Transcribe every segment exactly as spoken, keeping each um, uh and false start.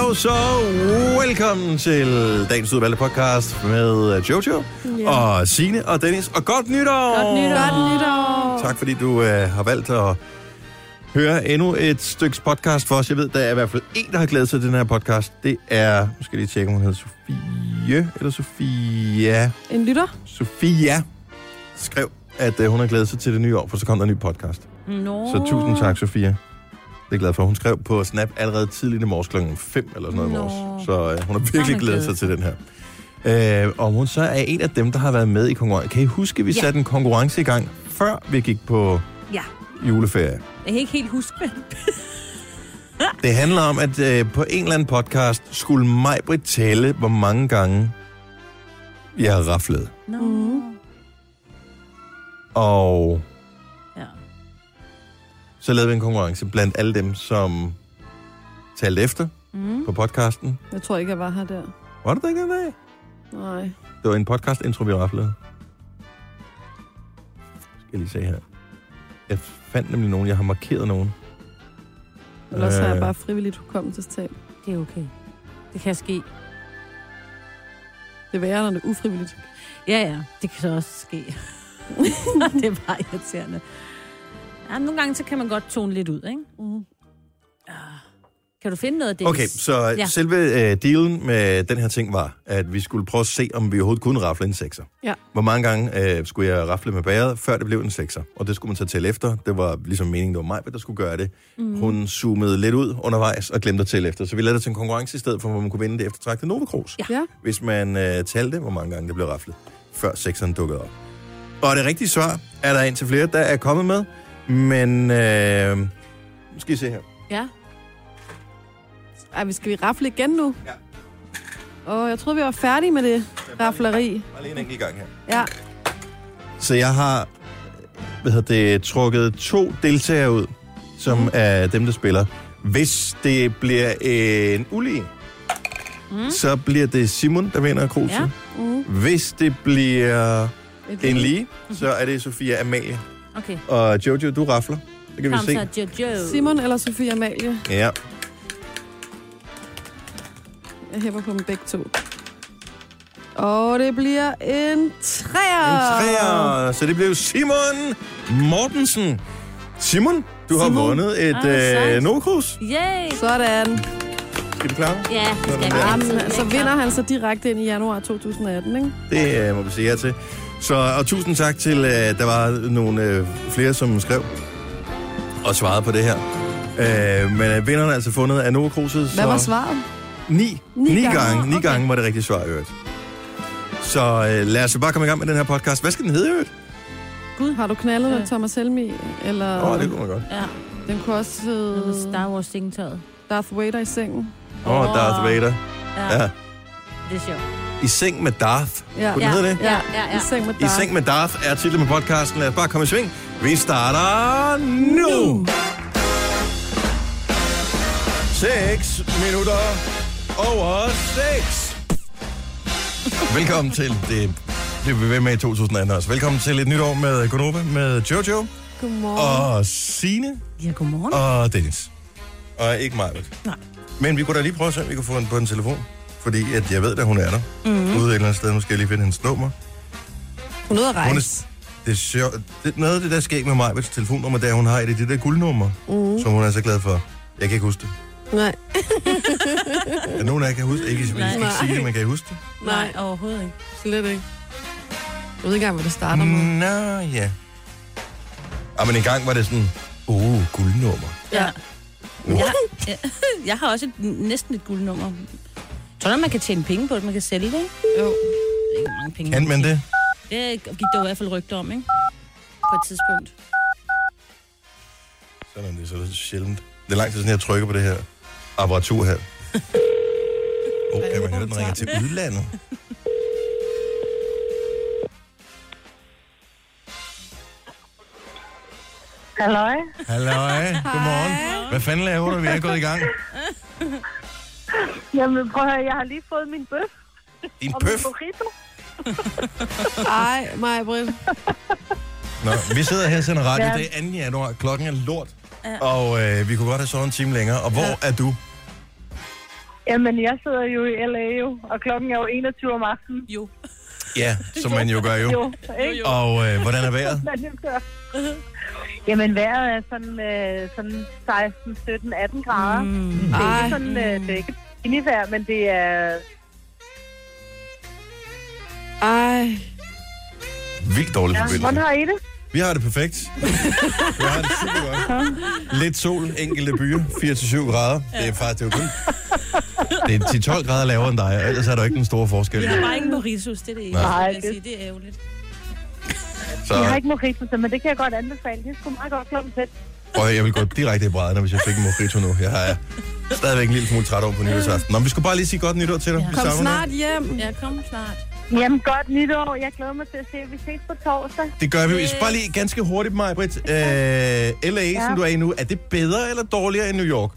Og så velkommen til dagens udvalgte podcast med Jojo yeah. og Signe og Dennis. Og godt nytår! Godt nytår! Godt nytår! Tak fordi du øh, har valgt at høre endnu et stykke podcast for os. Jeg ved, der er i hvert fald en, der har glædet sig til den her podcast. Det er, nu skal jeg lige tjekke, om hun hedder Sofie eller Sofia. En lytter? Sofia skrev, at øh, hun har glædet sig til det nye år, for så kom der en ny podcast. No. Så tusind tak, Sofia. Det er glad for. Hun skrev på Snap allerede tidligt i morges klokken fem eller sådan noget no. i morges. Så øh, hun har virkelig glædet sig til den her. Øh, og hun så er en af dem, der har været med i konkurrence. Kan I huske, at vi ja. satte en konkurrence i gang, før vi gik på ja. juleferie? Jeg kan ikke helt huske det. Det handler om, at øh, på en eller anden podcast skulle Maj-Brit tælle, hvor mange gange jeg har raflet. No. Og ja. så lavede vi en konkurrence blandt alle dem, som talte efter mm. på podcasten. Jeg tror ikke, jeg var her der. Var du der ikke den dag? Nej. Det var en podcast-intro, vi raflede. Skal jeg lige se her. Jeg fandt nemlig nogen. Jeg har markeret nogen. Ellers øh... har jeg bare frivilligt hukommelsestab. Det er okay. Det kan ske. Det er værre, når det er ufrivilligt. Ja, ja. Det kan så også ske. Det er bare irriterende. Ja, nogle gange så kan man godt tone lidt ud, ikke? Mm. Kan du finde noget af det? Okay, så ja. selve uh, dealen med den her ting var, at vi skulle prøve at se, om vi overhovedet kunne rafle en sekser. Ja. Hvor mange gange uh, skulle jeg rafle med bæret, før det blev en sekser? Og det skulle man så tælle efter. Det var ligesom meningen, det var mig, der skulle gøre det. Mm. Hun zoomede lidt ud undervejs og glemte at tælle efter. Så vi lavede det til en konkurrence i stedet for, hvor man kunne vinde det eftertragtede Nova Cruz. Ja. Hvis man uh, talte, hvor mange gange det blev raflet, før sekseren dukkede op. Og det rigtige svar er der indtil flere, der er kommet med. Men øh, nu skal I se her. Ja. Ej, vi skal vi rafle igen nu? Ja. Åh, jeg troede, vi var færdige med det rafleri. Bare lige en enkelt gang her. Ja. Så jeg har hvad hedder det, trukket to deltagere ud, som mm. er dem, der spiller. Hvis det bliver en ulige, mm. så bliver det Simon, der vinder krudset. Ja. Mm. Hvis det bliver en lige, så er det Sofia Amalie. Okay. Og Jojo, du rafler. Det kan Kom vi se. Så, Jojo. Simon eller Sofia Amalie? Ja. Jeg hæpper på dem begge to. Og det bliver en træer. En træer. Så det bliver Simon Mortensen. Simon, du Simon. har vundet et ah, øh, Nova Cruz. Yay. Sådan. Skal vi klare? Ja, skal vi. Jamen, så vinder han så direkte ind i januar to tusind atten, ikke? Det øh, må vi sige ja til. Så, og tusind tak til, øh, der var nogle øh, flere, som skrev og svarede på det her. Øh, men øh, vinderne er altså fundet af Nova Cruz'et. Hvad var svaret? Ni. Ni, ni gange. gange. Ni okay. gange var det rigtige svar, øvrigt. Så øh, lad os bare komme i gang med den her podcast. Hvad skal den hedde, øvrigt? Gud, har du knaldet med ja. Thomas Helmi? Eller... Åh, oh, det kunne man godt. Ja. Den kunne også hedde... Star Wars sengetøjet. Darth Vader i sengen. Åh, oh, oh. Darth Vader. Ja. ja. Det er sjovt. I seng med Darth. Ja. Kunne den ja. hedde det? Ja, ja, ja. I seng med Darth. I seng med Darth er titlen med podcasten. Lad os bare komme i sving. Vi starter nu. Seks minutter over seks. Velkommen til det. Det vil være med i to tusind atten også. Velkommen til et nyt år med Gonova, med Jojo. Godmorgen. Og Signe. Ja, godmorgen. Og Dennis. Og ikke mig. Nej. Men vi kunne da lige prøve at se, om vi kunne få hende på en telefon. Fordi at jeg ved, at hun er der. Mm-hmm. Ude et eller andet sted. Nu skal jeg lige finde hendes nummer. Hun er ude at rejse. Det er sjovt. Det, noget af det, der sker med mig med telefonnummer, det er, hun har et af de der guldnummer, mm. som hun er så glad for. Jeg kan ikke huske det. Nej. Er nogen af jer kan huske det? Ikke, ikke sige det, men kan I huske det? Nej, overhovedet ikke. Slet ikke. Jeg ved ikke engang, hvor det starter med. Nå, ja. Ah, men en gang var det sådan, åh, oh, guldnummer. Ja. Ja, ja. Jeg har også et, næsten et guldnummer. Tror du, man kan tjene penge på det? Man kan sælge det, ikke? Jo. Ikke mange penge. Kan man det? Det gik der i hvert fald rygter om, ikke? På et tidspunkt. Sådan er det, så er det sjældent. Det er lang tid siden, jeg trykker på det her apparatur her. Åh, oh, kan man høre, den ringer til udlandet? Halløj. Halløj. Godmorgen. Hvad fanden laver du? Vi er gået i gang. Jamen, prøv at høre, jeg har lige fået min bøf. Din og bøf? Og min burrito. Ej, Maj-Brit. Nå, vi sidder her og sender radio. Ja. Det er anden januar. Klokken er lort. Ja. Og øh, vi kunne godt have sovet en time længere. Og hvor ja. er du? Jamen, jeg sidder jo i L A jo, og klokken er jo enogtyve om aftenen. Jo. Ja, som man jo gør jo. Jo, ikke? Og øh, hvordan er vejret? Man jo gør. Jamen, vejret er sådan, øh, sådan seksten, sytten, atten grader. Mm. Det er Ej. ikke sådan, øh, det er ikke indivær, men det er... Ej. Vildt dårlig Ja, forbindelse. hvordan har I det? Vi har det perfekt. Vi har det super godt. Lidt sol, enkelte byer, fire til syv grader. Det er faktisk, det er jo kun... Det er ti til tolv grader lavere end dig, og ellers er der ikke den store forskel. Vi har bare ikke Mauritius, det er det ikke. Nej, Jeg vil det- sige, det er ærgerligt. Så Jeg har ikke mojito, men det kan jeg godt anbefale. Det er sgu meget godt klokken fedt. og jeg vil gå direkte i brædderne, hvis jeg fik en mojito nu. Jeg har stadigvæk en lille smule træt over på nytårsaften. Nå, men vi skulle bare lige sige godt nytår til dig. Ja. Vi Kom savner snart hjem. Ja, kom snart. Jamen, godt nytår. Jeg glæder mig til at se, at vi ses på torsdag. dig. Det gør vi. Vi skal bare lige ganske hurtigt, Maja Britt. Øh, L A, ja. som du er i nu, er det bedre eller dårligere end New York?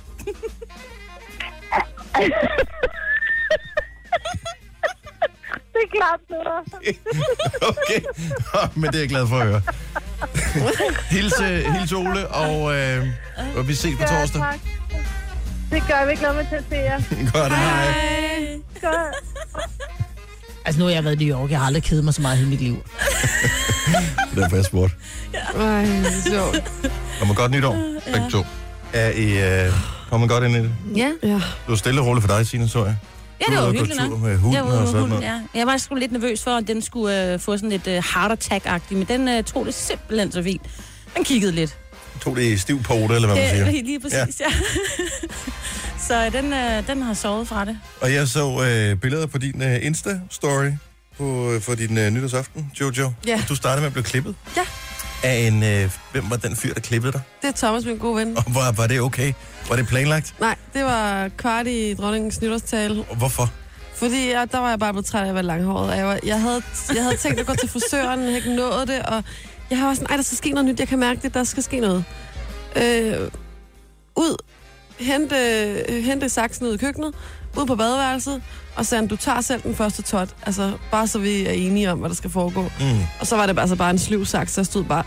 Det er klart bedre. Okay, men det er jeg glad for at høre. Hils, øh, hils Ole, og, øh, og vi ses på torsdag. Ja, tak. Det gør vi. Jeg glæder mig til at se jer. Godt, hej. Hej. Godt. Altså, nu har jeg været i New York. Jeg har aldrig kedet mig så meget i hele mit liv. Det er derfor, jeg spurgte. Ej, sjovt. Kommer godt nytår, begge to. Er I øh, kommet godt ind i det? Ja. Ja. Du er stille og roligt for dig, Signe, så jeg. Ja, det Du er var ude og gå hyggeligt tur nok. med hunden Jeg var ude og med sådan hunden, noget. ja. Jeg var sgu lidt nervøs for, at den skulle øh, få sådan lidt øh, heart attack-agtigt, men den øh, tog det simpelthen så fint. Den kiggede lidt. Tog det i stiv pote, eller hvad man siger. Øh, lige præcis, ja. ja. Så den, øh, den har sovet fra det. Og jeg så øh, billeder på din øh, Insta-story på, øh, for din øh, nytårsaften, Jojo. Ja. Du startede med at blive klippet. Ja. Af en, øh, hvem var den fyr, der klippede dig? Det er Thomas, min gode ven. Og var, var det okay? Var det planlagt? Nej, det var kvart i dronningens nytårstale. Og hvorfor? Fordi jeg, der var jeg bare blevet træt af at være langhåret. Og Jeg, var, jeg, havde, jeg havde tænkt at gå til frisøren, jeg havde ikke nået det. Og jeg har sådan, ej, der skal ske noget nyt. Jeg kan mærke det, der skal ske noget. Øh, ud, hente, hente saksen ud i køkkenet, ud på badeværelset, og sagde, du tager selv den første tot. Altså, bare så vi er enige om, hvad der skal foregå. Mm. Og så var det altså bare en sliv saks, så jeg stod bare...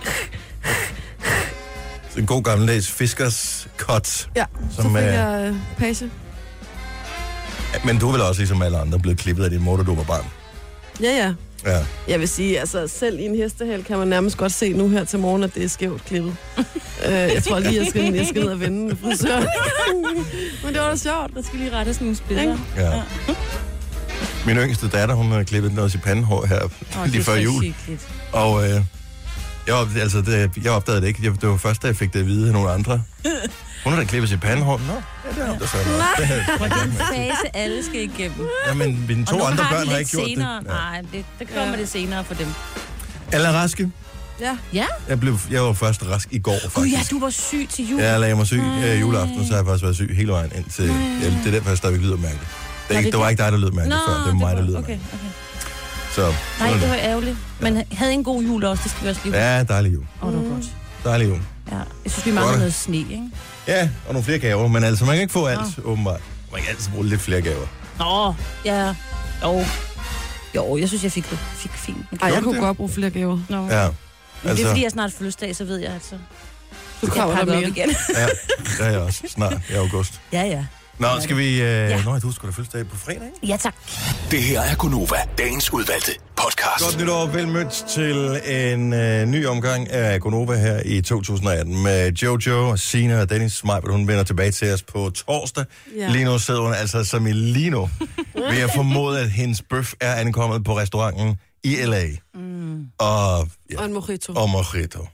En god gammeldags fiskers cut. Ja, Som, så fik øh, jeg øh, page. Men du er vel også ligesom alle andre blevet klippet af din mor, da du var barn? Ja, ja. Ja. Jeg vil sige, altså selv i en hestehal kan man nærmest godt se nu her til morgen, at det er skævt klippet. uh, jeg tror lige, jeg skal, jeg skal ned og vende med frisøren. Men det var da sjovt. Der skal lige rette sådan nogle spidser. ja. Min yngste datter, hun har klippet noget i pandehår her Oh, lige før jul. Og øh, jeg, opdagede, altså, det, jeg opdagede det ikke. Jeg, det var først, da jeg fik det at vide af nogle andre. Hun har da klippet sit pandehår. Nå, ja, det er ham, der sagde noget. Det havde jeg ikke Den med. fase, alle skal igennem. Ja, men mine to Og nu andre har børn de har lidt ikke gjort senere. det. Ja. Nej, det, det kommer Ja. det senere for dem. Alle er raske. Ja. Ja? Jeg, blev, jeg var først rask i går, faktisk. Gud ja, du var syg til jul. Jeg lagde mig syg øh, juleaften, så har jeg faktisk været syg hele vejen ind til... Ja, det er derfor, jeg stadigvæk lyder mærkeligt. Det, er ikke, det det var det? ikke dig, der lød mærkeligt før. Det var mig, der lød okay, mærkeligt. okay. Så, Nej, sådan er det var ærgerligt. Men havde en god jul også, det skal vi også lige huske. Ja, dejlig jul. Åh, det var godt. Dejlig jul. Ja, jeg synes, vi mangler Godt. noget sne, ikke? Ja, og nogle flere gaver, men altså, man kan ikke få alt, åbenbart. Man kan altid bruge lidt flere gaver. Nå, ja. Jo. Jo, jeg synes, jeg fik det fik fint. Men Ej, jeg du kunne det? godt bruge flere gaver. Nå. Ja, Men det er altså, fordi, jeg snart har fødselsdag, så ved jeg, at så Du skal jeg kommer der pakke op mere. igen. ja, det er jeg også. Snart i august. Ja, ja. Nå, skal vi... Øh... Ja. Nå, du skal da fødselsdag på fredag, ikke? Ja, tak. Det her er Gunova, dagens udvalgte podcast. Godt nytår, vel mødt til en øh, ny omgang af Gonova her i to tusind atten med Jojo, Sina og Dennis Smeiber. Hun vender tilbage til os på torsdag. Ja. Lige nu sidder hun altså som i lige nu. Vi har formodet, at hendes bøf er ankommet på restauranten i L A. Mm. Og, ja, Og en mojito. og mojito.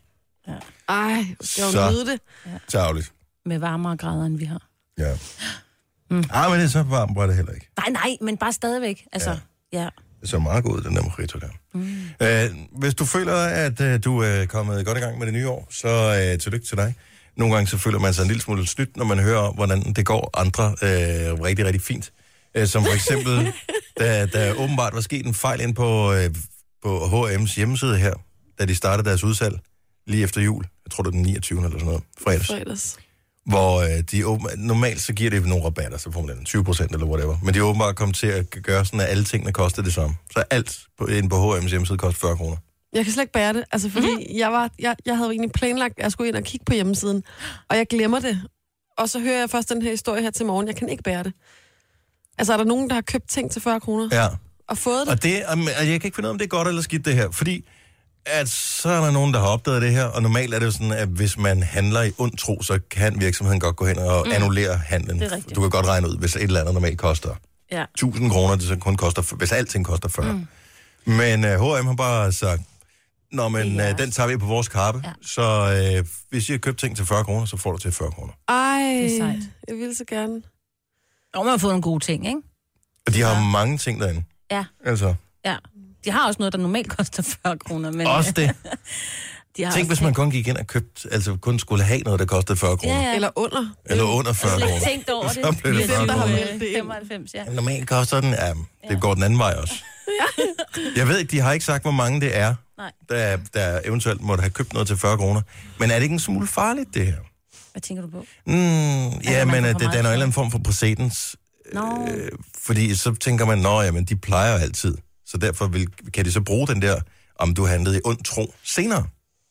Ej, skal Så. jo nyde det. Tavligt. Med varmere grader, end vi har. Ja. Mm. Ah, men det er så varmt, var det heller ikke. Nej, nej, men bare stadigvæk. Altså, ja. ja. Det så meget godt ud, den der mojito der. Mm. Øh, hvis du føler, at øh, du er kommet godt i gang med det nye år, så øh, tillykke til dig. Nogle gange så føler man sig en lille smule snydt, når man hører om, hvordan det går andre øh, rigtig, rigtig fint. Øh, som for eksempel, da der åbenbart var sket en fejl ind på, øh, på H og M's hjemmeside her, da de startede deres udsalg lige efter jul. Jeg tror, det er den niogtyvende eller sådan noget, fredags. Fredags. Hvor øh, de åben... normalt så giver det nogle rabatter, så får man den tyve procent eller whatever. Men de er åbenbart kommet til at gøre sådan, at alle tingene koster det samme. Så alt på, inde på H og M's hjemmeside koster fyrre kroner. Jeg kan slet ikke bære det, altså fordi mm-hmm. jeg, var, jeg, jeg havde egentlig planlagt, at jeg skulle ind og kigge på hjemmesiden, og jeg glemmer det. Og så hører jeg først den her historie her til morgen. Jeg kan ikke bære det. Altså, er der nogen, der har købt ting til fyrre kroner? Ja. Og fået det? Og det, og jeg kan ikke finde ud af, om det er godt eller skidt, det her. Fordi at så er der nogen, der har opdaget det her, og normalt er det jo sådan, at hvis man handler i ond tro, så kan virksomheden godt gå hen og mm. annullere handlen. Du kan godt regne ud, hvis et eller andet normalt koster ja. tusind kroner, det så kun koster, hvis alting koster fyrre. Mm. Men uh, H og M har bare sagt, nå, men uh, den tager vi på vores kappe, ja. så uh, hvis I har købt ting til fyrre kroner, så får du til fyrre kroner. Ej, det er sejt. Jeg vil så gerne. Og man har fået nogle gode ting, ikke? Og de har ja. mange ting derinde. Ja. Altså. Ja. De har også noget, der normalt koster fyrre kroner. Men også det. de har Tænk, også hvis man kun gik ind og købte, altså kun skulle have noget, der kostede fyrre kroner. Ja, ja. Eller under. Eller under fyrre kroner. Jeg har slet ikke tænkt over det. Så blev det fyrre kroner. femoghalvfems, ja. Normalt koster den, ja, det går den anden vej også. Jeg ved ikke, de har ikke sagt, hvor mange det er, der, der eventuelt måtte have købt noget til fyrre kroner. Men er det ikke en smule farligt, det her? Hvad tænker du på? Mm, ja, men at det danner en eller anden form for præcedens. No. Øh, fordi så tænker man, nå ja, men de plejer altid. Så derfor vil, kan de så bruge den der, om du handlede i ond tro senere.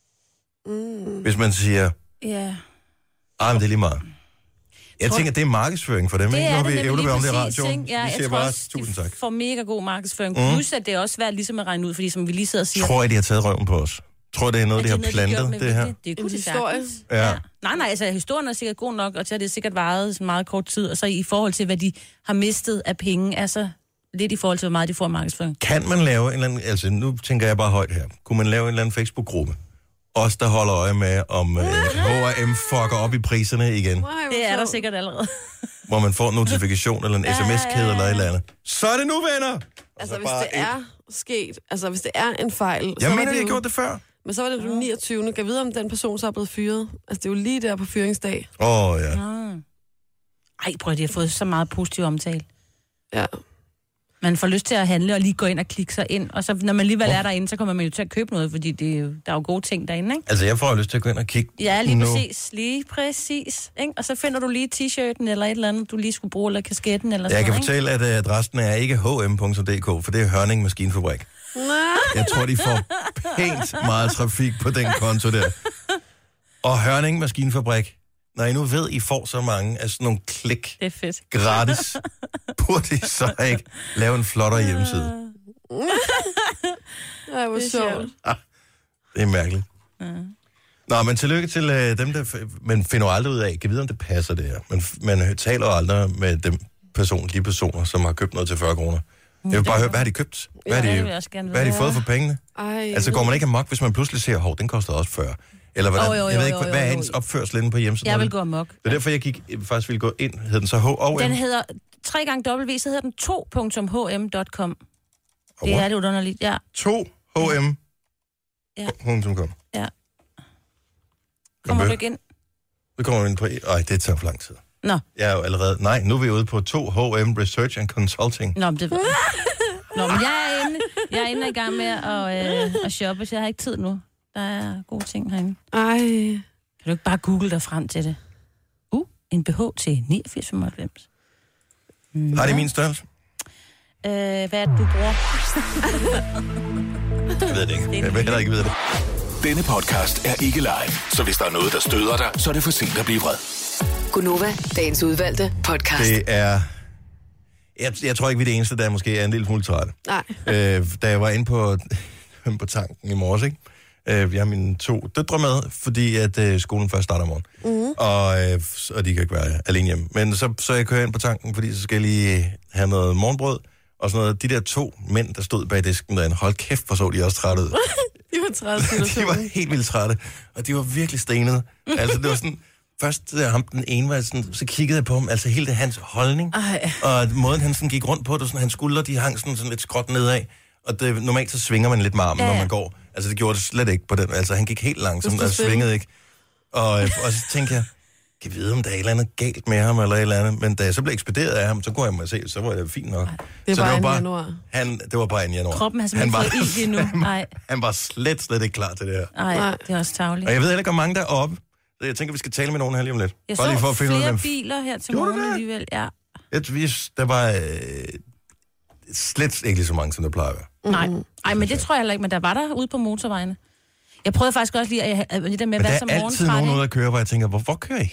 Mm. Hvis man siger, ja, yeah. ej, men det er lige meget. Jeg tror, tænker, det er markedsføring for dem, det ikke? Er nu har vi ævlet om det i radioen. Ja, vi jeg siger tror bare, også, tusind tak. får mega god markedsføring. Mm. Plus, at det er også svært ligesom at regne ud, fordi som vi lige sidder og siger... Tror jeg, de har taget røven på os? Tror jeg, det er noget, de har plantet, det her? Det er kun historie. Ja. Ja. Nej, nej, altså historien er sikkert god nok, og så har det sikkert varet sådan meget kort tid, og så i forhold til, hvad de har mistet af penge, altså lidt i forhold til, hvor meget de får af markedsføring. Kan man lave en eller anden... Altså, nu tænker jeg bare højt her. Kunne man lave en eller anden Facebook-gruppe? Os, der holder øje med, om uh, H og M fucker op i priserne igen. Det er der sikkert allerede. Hvor man får en notifikation eller en sms-kæde eller et eller andet. Så er det nu, venner! Altså, hvis det er et... sket, altså hvis det er en fejl... Jeg så mener, det de har jo... gjort det før. Men så var det den niogtyvende Kan vide, om den person så er blevet fyret? Altså, det er jo lige der på fyringsdag. Åh, oh, ja. Mm. Ej, prøv at de har fået så meget positiv omtale. Ja. Man får lyst til at handle og lige gå ind og klikke sig ind. Og så når man alligevel er derinde, så kommer man jo til at købe noget, fordi det er jo, der er jo gode ting derinde, ikke? Altså, jeg får jo lyst til at gå ind og kigge. Ja, lige nu. præcis. Lige præcis. Ikke? Og så finder du lige t-shirten eller et eller andet, du lige skulle bruge, eller kasketten eller jeg sådan noget, Jeg kan fortælle, at adressen er ikke h m punktum d k, for det er Hørning Maskinfabrik. Jeg tror, de får pænt meget trafik på den konto der. Og Hørning Maskinfabrik, når I nu ved, I får så mange af sådan nogle klik det er fedt. gratis, burde I så ikke lave en flottere hjemmeside? Ej, hvor sjovt. Ah, det er mærkeligt. Ja. Nå, men tillykke til uh, dem, der... Man finder jo aldrig ud af, kan vide, om det passer det her. Man, man taler jo aldrig med dem person, de personer, som har købt noget til fyrre kroner. Jeg vil bare høre, hvad har de købt? Hvad har de, ja, hvad har de fået for pengene? Ej, altså går man ikke amok, hvis man pludselig ser, hov, den koster også fyrre. Eller hvordan? Oh, jo, jo, jeg ved ikke, hvad er hendes opførsel inde på hjemmesiden? Jeg vil gå amok. Det er derfor, jeg gik, jeg faktisk ville gå ind. Hed den så H og M? Den hedder tre gange W, så hedder den to punktum h m punktum com. Det er det underligt, ja. to h m punktum com. Ja. ja. Kommer du ikke ind? Vi kommer ind på... Ej, det tager for lang tid. Nå. Jeg er jo allerede... Nej, nu er vi ude på to H M Research and Consulting. Nå, men det ved jeg. Nå, men jeg er inde, jeg er inde i gang med at, øh, at shoppe, så jeg har ikke tid nu. Der er gode ting herinde. Ej. Kan du ikke bare google dig frem til det? Uh, en B H til niogfirs komma femoghalvfems. Mm. Har det min størrelse? Øh, hvad er det, du bruger? Jeg ved det ikke. Jeg vil heller ikke vide det. Denne podcast er ikke live, så hvis der er noget, der støder dig, så er det for sent at blive vred. Gunova, dagens udvalgte podcast. Det er... Jeg, jeg tror ikke, vi er det eneste, der måske er en lille smule træt. Nej. Øh, da jeg var inde på, på tanken i morges, ikke? Øh, jeg har mine to døtre med, fordi at øh, skolen først starter i morgen. Mm-hmm. Og, øh, og de kan ikke være alene hjemme. Men så, så jeg kører ind på tanken, fordi så skal jeg lige have noget morgenbrød. Og sådan noget. De der to mænd, der stod bag disken derinde, hold kæft, hvor så de også trætte ud. De var trætte. De var helt vildt trætte, og de var virkelig stenede. Altså, det var sådan... Først, da ham den ene var sådan, så kiggede jeg på ham, altså hele det hans holdning. Ej. Og måden, han sådan gik rundt på det, sådan, hans skuldre, de hang sådan, sådan lidt skråt nedad. Og det, normalt så svinger man lidt med armen, ja, ja. Når man går. Altså, det gjorde det slet ikke på den. Altså, han gik helt langsomt, og svingede ikke. Og, og så tænkte jeg, kan jeg vide, om der er et eller andet galt med ham, eller et eller andet. Men da jeg så blev ekspederet af ham, så kunne jeg mig se, så var det fint nok. Ej, det, så var det var bare januar. Han, det var bare en januar. Kroppen har simpelthen han var, fået ild endnu. Han, han var slet, slet ikke klar til det her. Nej, det er også tarveligt. Og jeg ved heller ikke, om mange der er oppe. Jeg tænker, vi skal tale med nogen her lige om lidt. Jeg så for at finde flere ud, biler her til morgen alligevel, ja. Jeg vidste, der var øh, slet ikke lige så mange, som der plejer at være. Nej, Ej, men det tror jeg heller ikke, men der var der ude på motorvejene. Jeg prøvede faktisk også lige, at jeg, det der med at være så morgentræt. Men der er altid nogen ude at køre, hvor jeg tænker, hvor, hvor kører jeg hen?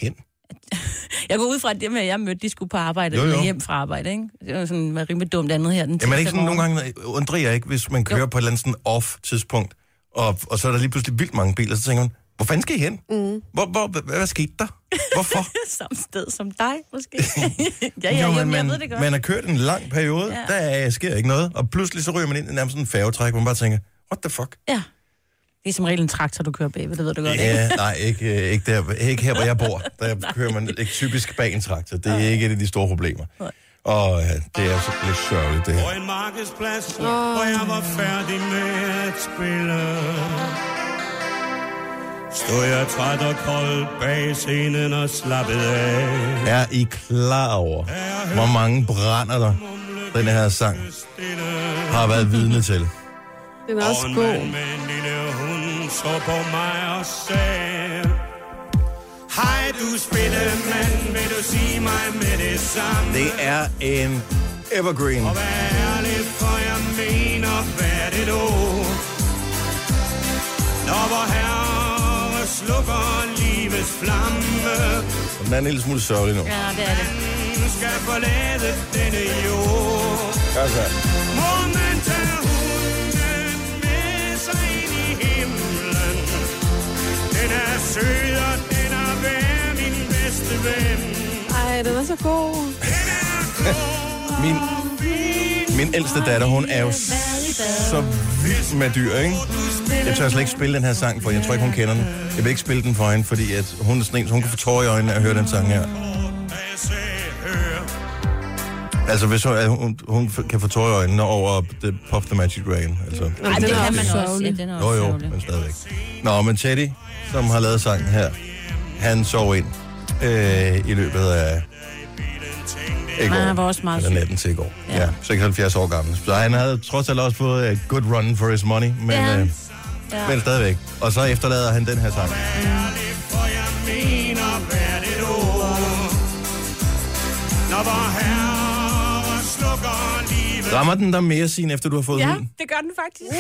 Jeg går ud fra, at dem, jeg mødte, de skulle på arbejde, jo, jo. eller hjem fra arbejde, ikke? Det var sådan var rimelig dumt andet her. Den Jamen ikke sådan nogle gange, undrer jeg ikke, hvis man kører jo. på et eller andet sådan off-tidspunkt, og, og så er der lige pludselig vildt mange biler, så tænker man, hvor fanden skal I hen? Mm. Hvor, hvor, hvad, hvad skete der? Hvorfor? Samme sted som dig, måske. ja, ja, jo, jo, men jeg man, ved det godt. man har kørt en lang periode, ja. der sker ikke noget, og pludselig så ryger man ind i nærmest sådan en færgetræk, hvor man bare tænker, what the fuck? Ja. Det er som regel en traktor, du kører bagved, det ved du godt, ja, ikke? nej, ikke, ikke, der, ikke her, hvor jeg bor. Der kører man ikke typisk bag en traktor. Det er ikke et af de store problemer. Nej. Og ja, det er så lidt sørgeligt, det her. På en markedsplads, oh. hvor jeg var færdig med at spille, stod jeg træt og kold bag scenen og slappede af. Er I klar over, hvor mange brænder der den her sang har været vidne til? Den er også god. Og en mand med en lille hund så på mig og sagde, hej du spillemand, vil du sige mig med det samme? Det er en evergreen. Og vær ærlig, for jeg mener hvert et ord. Når vor herre slukker livets flamme, og den er en lille smule sørgelig nu. Ja, det er det. Man skal forlade denne jord. Gør så. Må man tage hunden med sig ind i himlen. Den er sød, og den er værd, min bedste ven. Ej, den er så god. Den er god. Min, min ældste datter, hun er jo så vild med dyr, ikke? Jeg tør slet ikke spille den her sang, for jeg tror ikke, hun kender den. Jeg vil ikke spille den for hende, fordi at hun er sådan en, så hun kan få tårer i øjnene af at høre den sang her. Altså, hvis hun, hun, hun kan få tårer i øjnene over the Puff the Magic Dragon. Altså. Ej, det kan man også. Ja, den er jo, jo, men stadigvæk. Nå, men Teddy, som har lavet sangen her, han sov ind øh, i løbet af i går. Han var også meget eller natten til i går. Ja. ja, seksoghalvfjerds år gammel. Så han havde trods alt også fået et good run for his money, men, ja. Øh, ja. men stadigvæk. Og så efterlader han den her sang. Rammer den der mere sin, efter du har fået ja, hund? det gør den faktisk.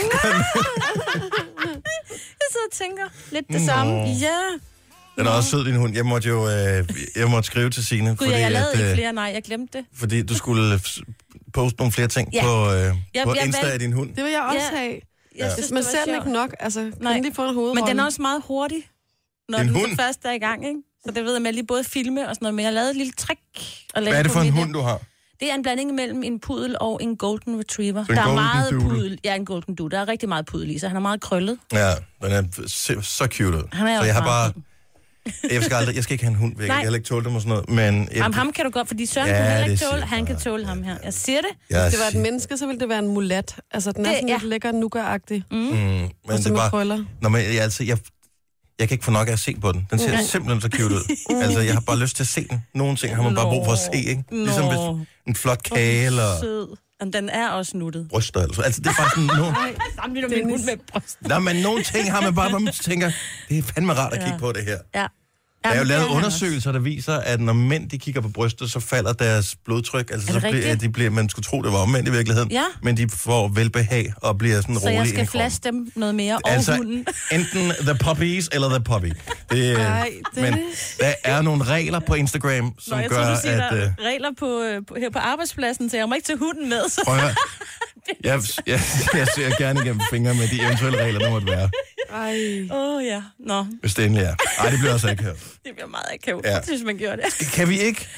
Jeg sidder og tænker lidt det samme. Ja. Den er også sød, din hund. Jeg måtte jo øh, jeg måtte skrive til Signe. Gud, fordi, jeg lavede at, ikke flere, nej, jeg glemte det. Fordi du skulle poste nogle flere ting ja. på, øh, jeg, på jeg, Insta jeg, af din hund. Det vil jeg også ja. have. Jeg Hvis man ser den ikke nok, altså, kan nej. den lige få en hovedrolle. Men den er også meget hurtig, når din den hund? så først er i gang, ikke? Så det ved jeg med lige både filme og sådan noget, men jeg lavede et lille trick. Og hvad er det for en hund, du har? Det er en blanding mellem en pudel og en golden retriever. Så der er meget doodle. pudel. Ja, en golden doodle. Der er rigtig meget pudel i, så han er meget krøllet. Ja, den er så, så cute ud. Han er så jeg har bare... Fin. Jeg skal, aldrig, jeg skal ikke have en hund, jeg kan heller ikke tåle dem og sådan noget, men... Jeg, Jamen, ham kan du godt, fordi Søren ja, kan heller ikke tåle, han kan tåle ham her. Jeg siger det. Jeg Hvis det var et menneske, så ville det være en mulat. Altså, den er det, sådan ja. lidt lækker nougat-agtig. Mm. Mm, men og det er bare... krøller. Nå, men jeg, altså, jeg, jeg kan ikke få nok af at se på den. Den ser ja. simpelthen så cute ud. Altså, jeg har bare lyst til at se den. Nogle ting har man Nå. bare brug for at se, ikke? Ligesom hvis en flot kage, eller... Sød. Jamen, den er også nuttet. Bryster, altså. Altså, det er bare sådan... Nogle... Sammenligner min hund med bryster. Nå, men nogle ting har man bare, hvor man tænker, det er fandme rart at kigge ja. på det her. Ja. Der er jo lavet undersøgelser, der viser, at når mænd de kigger på brystet, så falder deres blodtryk. Altså, så bliver, de bliver, man skulle tro, det var omvendt i virkeligheden. Ja. Men de får velbehag og bliver sådan rolige. Så jeg skal flaske dem noget mere, og altså, hunden. enten the puppies eller the puppy. Det, Ej, det men der er nogle regler på Instagram, som Nå, jeg gør, tror, du siger, at... der Uh, er regler på, på, her på arbejdspladsen, så jeg må ikke tage hunden med. Så. Prøv at høre. Jeg, jeg, jeg ser gerne igennem fingre med de eventuelle regler, der måtte være. Ej. Åh oh, ja, nå. Hvis det endelig er. Ej, det bliver også ikke hørt. Det bliver meget akavet, ja. hvis man gjorde det. Kan vi ikke...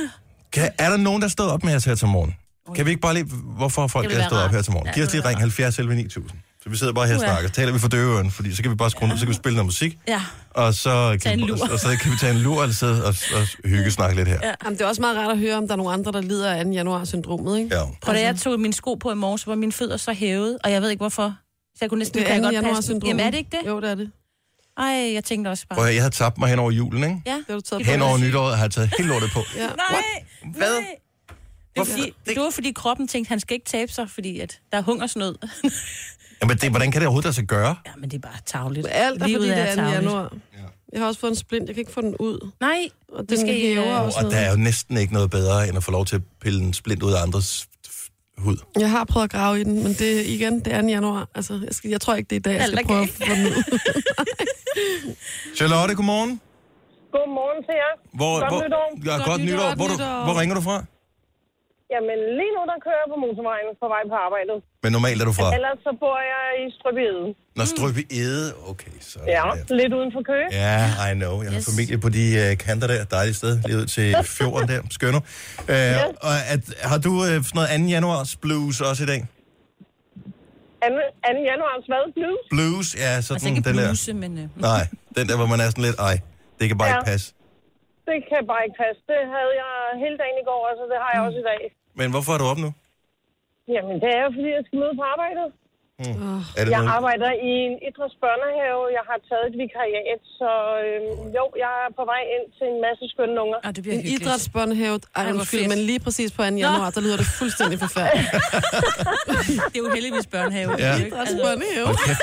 Kan, er der nogen, der står op med os her til morgen? Okay. Kan vi ikke bare lige... Hvorfor folk er stået op her til morgen? Ja, Giv os lige ring halvfjerds elleve ni tusind. Så vi sidder bare her og snakker. Så taler vi for døven, fordi så kan vi bare skrue ja. så kan vi spille noget musik. Ja. Og så kan, vi, og så kan vi tage en lur og sidde og, og hygge snakke lidt her. Ja. Jamen, det er også meget rart at høre, om der er nogle andre, der lider af anden januar-syndromet, ikke? Ja. Prøv da, jeg tog mine sko på i morgen, så var mine fødder så hævet, og jeg ved ikke hvorfor. Så jeg kunne næsten det er kan anden godt passe. januar-syndromet. Jamen er det ikke det? Jo, det er det. Ej, jeg tænkte også bare. Prøv at, jeg havde tabt mig hen over julen, ikke? Ja. Det har du taget hen over nytåret har jeg taget helt lortet på. Ja. Nej, Hvad? nej. Det var, fordi, det var fordi kroppen tænkte, han skal ikke tabe sig, fordi at der er hungersnød. Jamen, det, hvordan kan det overhovedet lade sig gøre? Ja, men det er bare tarveligt. Alt er Livet fordi det er anden tarveligt. januar. Ja. Jeg har også fået en splint, jeg kan ikke få den ud. Nej, og det skal I... hæver og, og der er jo næsten ikke noget bedre, end at få lov til at pille en splint ud af andres hud. Jeg har prøvet at grave i den, men det igen, det er anden januar. Altså, jeg, skal, jeg tror ikke, det er i dag, jeg skal prøve at få den ud. Charlotte, godmorgen. Godmorgen til jer. Hvor, Godt hvor, nytår. Ja, godt, godt nytår. Hvor, du, hvor ringer du fra? Jamen, lige nu der kører jeg på motorvejen på vej på arbejdet. Men normalt er du fra? Ellers så bor jeg i Strøbjede. Nå, Strøbjede. Okay, så... Ja, lidt uden for Køge. Ja, I know. Jeg har yes. familie på de uh, kanter der. Dejligt sted. Lige ud til fjorden der. Skønner. Uh, yes. Og at, har du uh, sådan noget anden januars blues også i dag? anden januars hvad? Blues? Blues, ja. Sådan altså ikke den bluse, der. men... Uh... Nej, den der, hvor man er sådan lidt... Ej, det kan bare ja. ikke passe. Det kan bare ikke passe. Det havde jeg hele dagen i går, altså det har jeg mm. også i dag. Men hvorfor er du op nu? Jamen, det er jo, fordi jeg skal møde på arbejdet. Mm. Oh. Er det jeg noget? arbejder i en idrætsbørnehave. Jeg har taget et vikariat, så øhm, jo, jeg er på vej ind til en masse skønne unger. Ah, det bliver en idrætsbørnehave. Ej, undskyld, men lige præcis på anden januar, der lyder det fuldstændig forfærdeligt. Det er jo heldigvis børnehave. Ja. Idrætsbørnehave. Okay.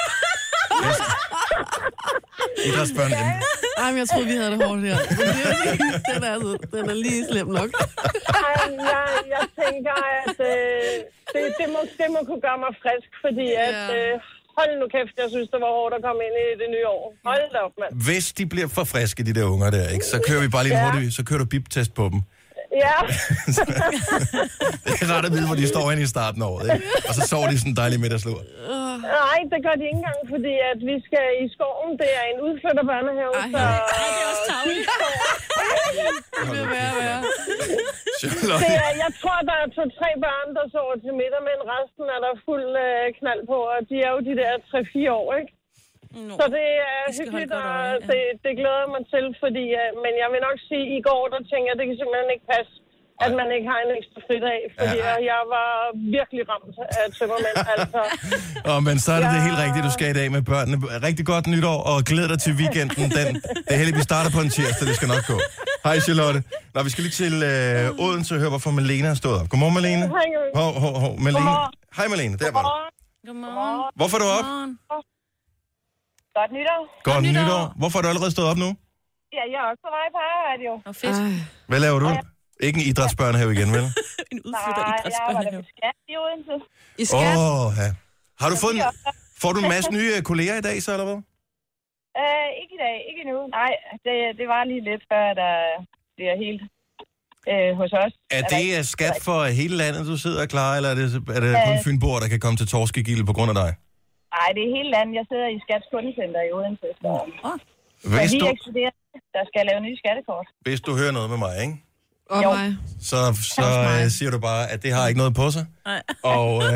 Idrætsbørnehave. Ej, men jeg troede, vi havde det hårdt her. Den er, altså, den er lige slem nok. Ej, jeg, jeg tænker, at øh, det, det, må, det må kunne gøre mig frisk, fordi at, øh, hold nu kæft, jeg synes, det var hårdt at komme ind i det nye år. Hold da op, mand. Hvis de bliver for friske, de der unger der, ikke, så kører vi bare lige ja. hurtigt, så kører du bip-test på dem. Ja. Det er ret at vide, hvor de står inde i starten af året, ikke? Og så sover de sådan dejligt middagslur. Nej, det gør de ikke engang, fordi at vi skal i skoven. Det er en udflytter børnehave, Ej, så... Ej, det er også tavligt. Det bliver værre og værre. Det er, jeg tror, der er to-tre børn, der sover til middag, men resten er der fuld øh, knald på, og de er jo de der tre-fire år, ikke? No. Så det er det hyggeligt, og ja. det, det glæder jeg mig til, fordi, uh, men jeg vil nok sige, at i går, der tænker jeg, at det kan simpelthen ikke passe, Ej. at man ikke har en ekstra fridag, fordi ja. jeg, jeg var virkelig ramt af tømmermænd, altså. Åh, men så er det ja. det helt rigtige, du skal i dag med børnene. Rigtig godt nytår, og glæd dig til weekenden. Den, det er heldigt, vi starter på en tirsdag, det skal nok gå. Hej, Charlotte. Nå, vi skal lige til øh, Odense og høre, hvorfor Malene har stået op. Godmorgen, Malene. Hej, hov, hov, hov. Malene. Hej, Malene. Der var du. Godmorgen. Hvorfor er du op? Godt nytår. Godt nytår. nytår. Hvorfor er du allerede stået op nu? Ja, jeg er også på vej på arbejde, jo. Og fedt. Hvad laver du? Ikke en idrætsbørnehave igen, vel? En udflytter Nej, idrætsbørnehave. jeg arbejder på skat i Odense. I skat? Åh, oh, ja. Har du fået en, får du en masse nye kolleger i dag, så, eller hvad? Uh, ikke i dag, ikke endnu. Nej, det, det var lige lidt før, der bliver helt uh, hos os. Er det er skat for hele landet, du sidder og klarer, eller er det, er det kun Fynboer, der kan komme til Torskegilde på grund af dig? Nej, det er hele landet. Jeg sidder i Skats kundecenter i Odense. Så, oh. hvis så du, vi ekspederer, der skal lave nye skattekort. Hvis du hører noget med mig, ikke? Og jo. mig. Så, så øh, siger du bare, at det har ikke noget på sig. Nej. Og, øh...